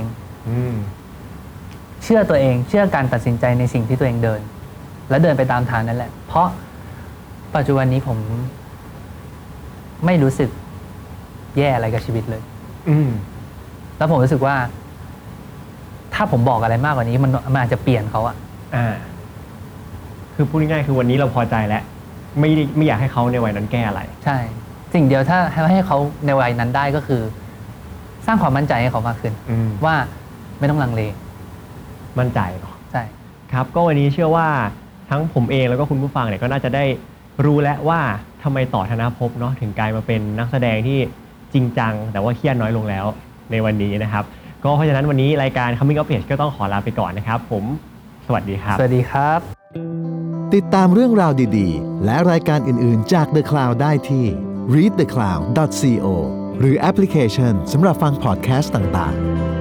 เชื่อตัวเอง เชื่อการตัดสินใจในสิ่งที่ตัวเองเดิน และเดินไปตามทางนั่นแหละ เพราะปัจจุบันนี้ผมไม่รู้สึกแย่อะไรกับชีวิตเลยแล้วผมรู้สึกว่า ถ้าผมบอกอะไรมากกว่านี้มันอาจจะเปลี่ยนเขาอะคือพูดง่ายๆคือวันนี้เราพอใจแล้วไม่อยากให้เขาในวัยนั้นแก้อะไรใช่สิ่งเดียวถ้าให้เขาในวัยนั้นได้ก็คือ สร้างความมั่นใจให้เขามากขึ้นว่าไม่ต้องลังเลมั่นใจเนาะใช่ครับก็วันนี้เชื่อว่าทั้งผมเองแล้วก็คุณผู้ฟังเนี่ยก็น่าจะได้รู้แล้วว่าทำไมต่อธนภพเนาะถึงกลายมาเป็นนักแสดงที่จริงจังแต่ว่าเครียดน้อยลงแล้วในวันนี้นะครับก็เพราะฉะนั้นวันนี้รายการ Coming of Age ก็ต้องขอลาไปก่อนนะครับผมสวัสดีครับสวัสดีครับติดตามเรื่องราวดีๆและรายการอื่นๆจาก The Cloud ได้ที่ readthecloud.co หรือแอปพลิเคชันสำหรับฟังพอดแคสต์ต่างๆ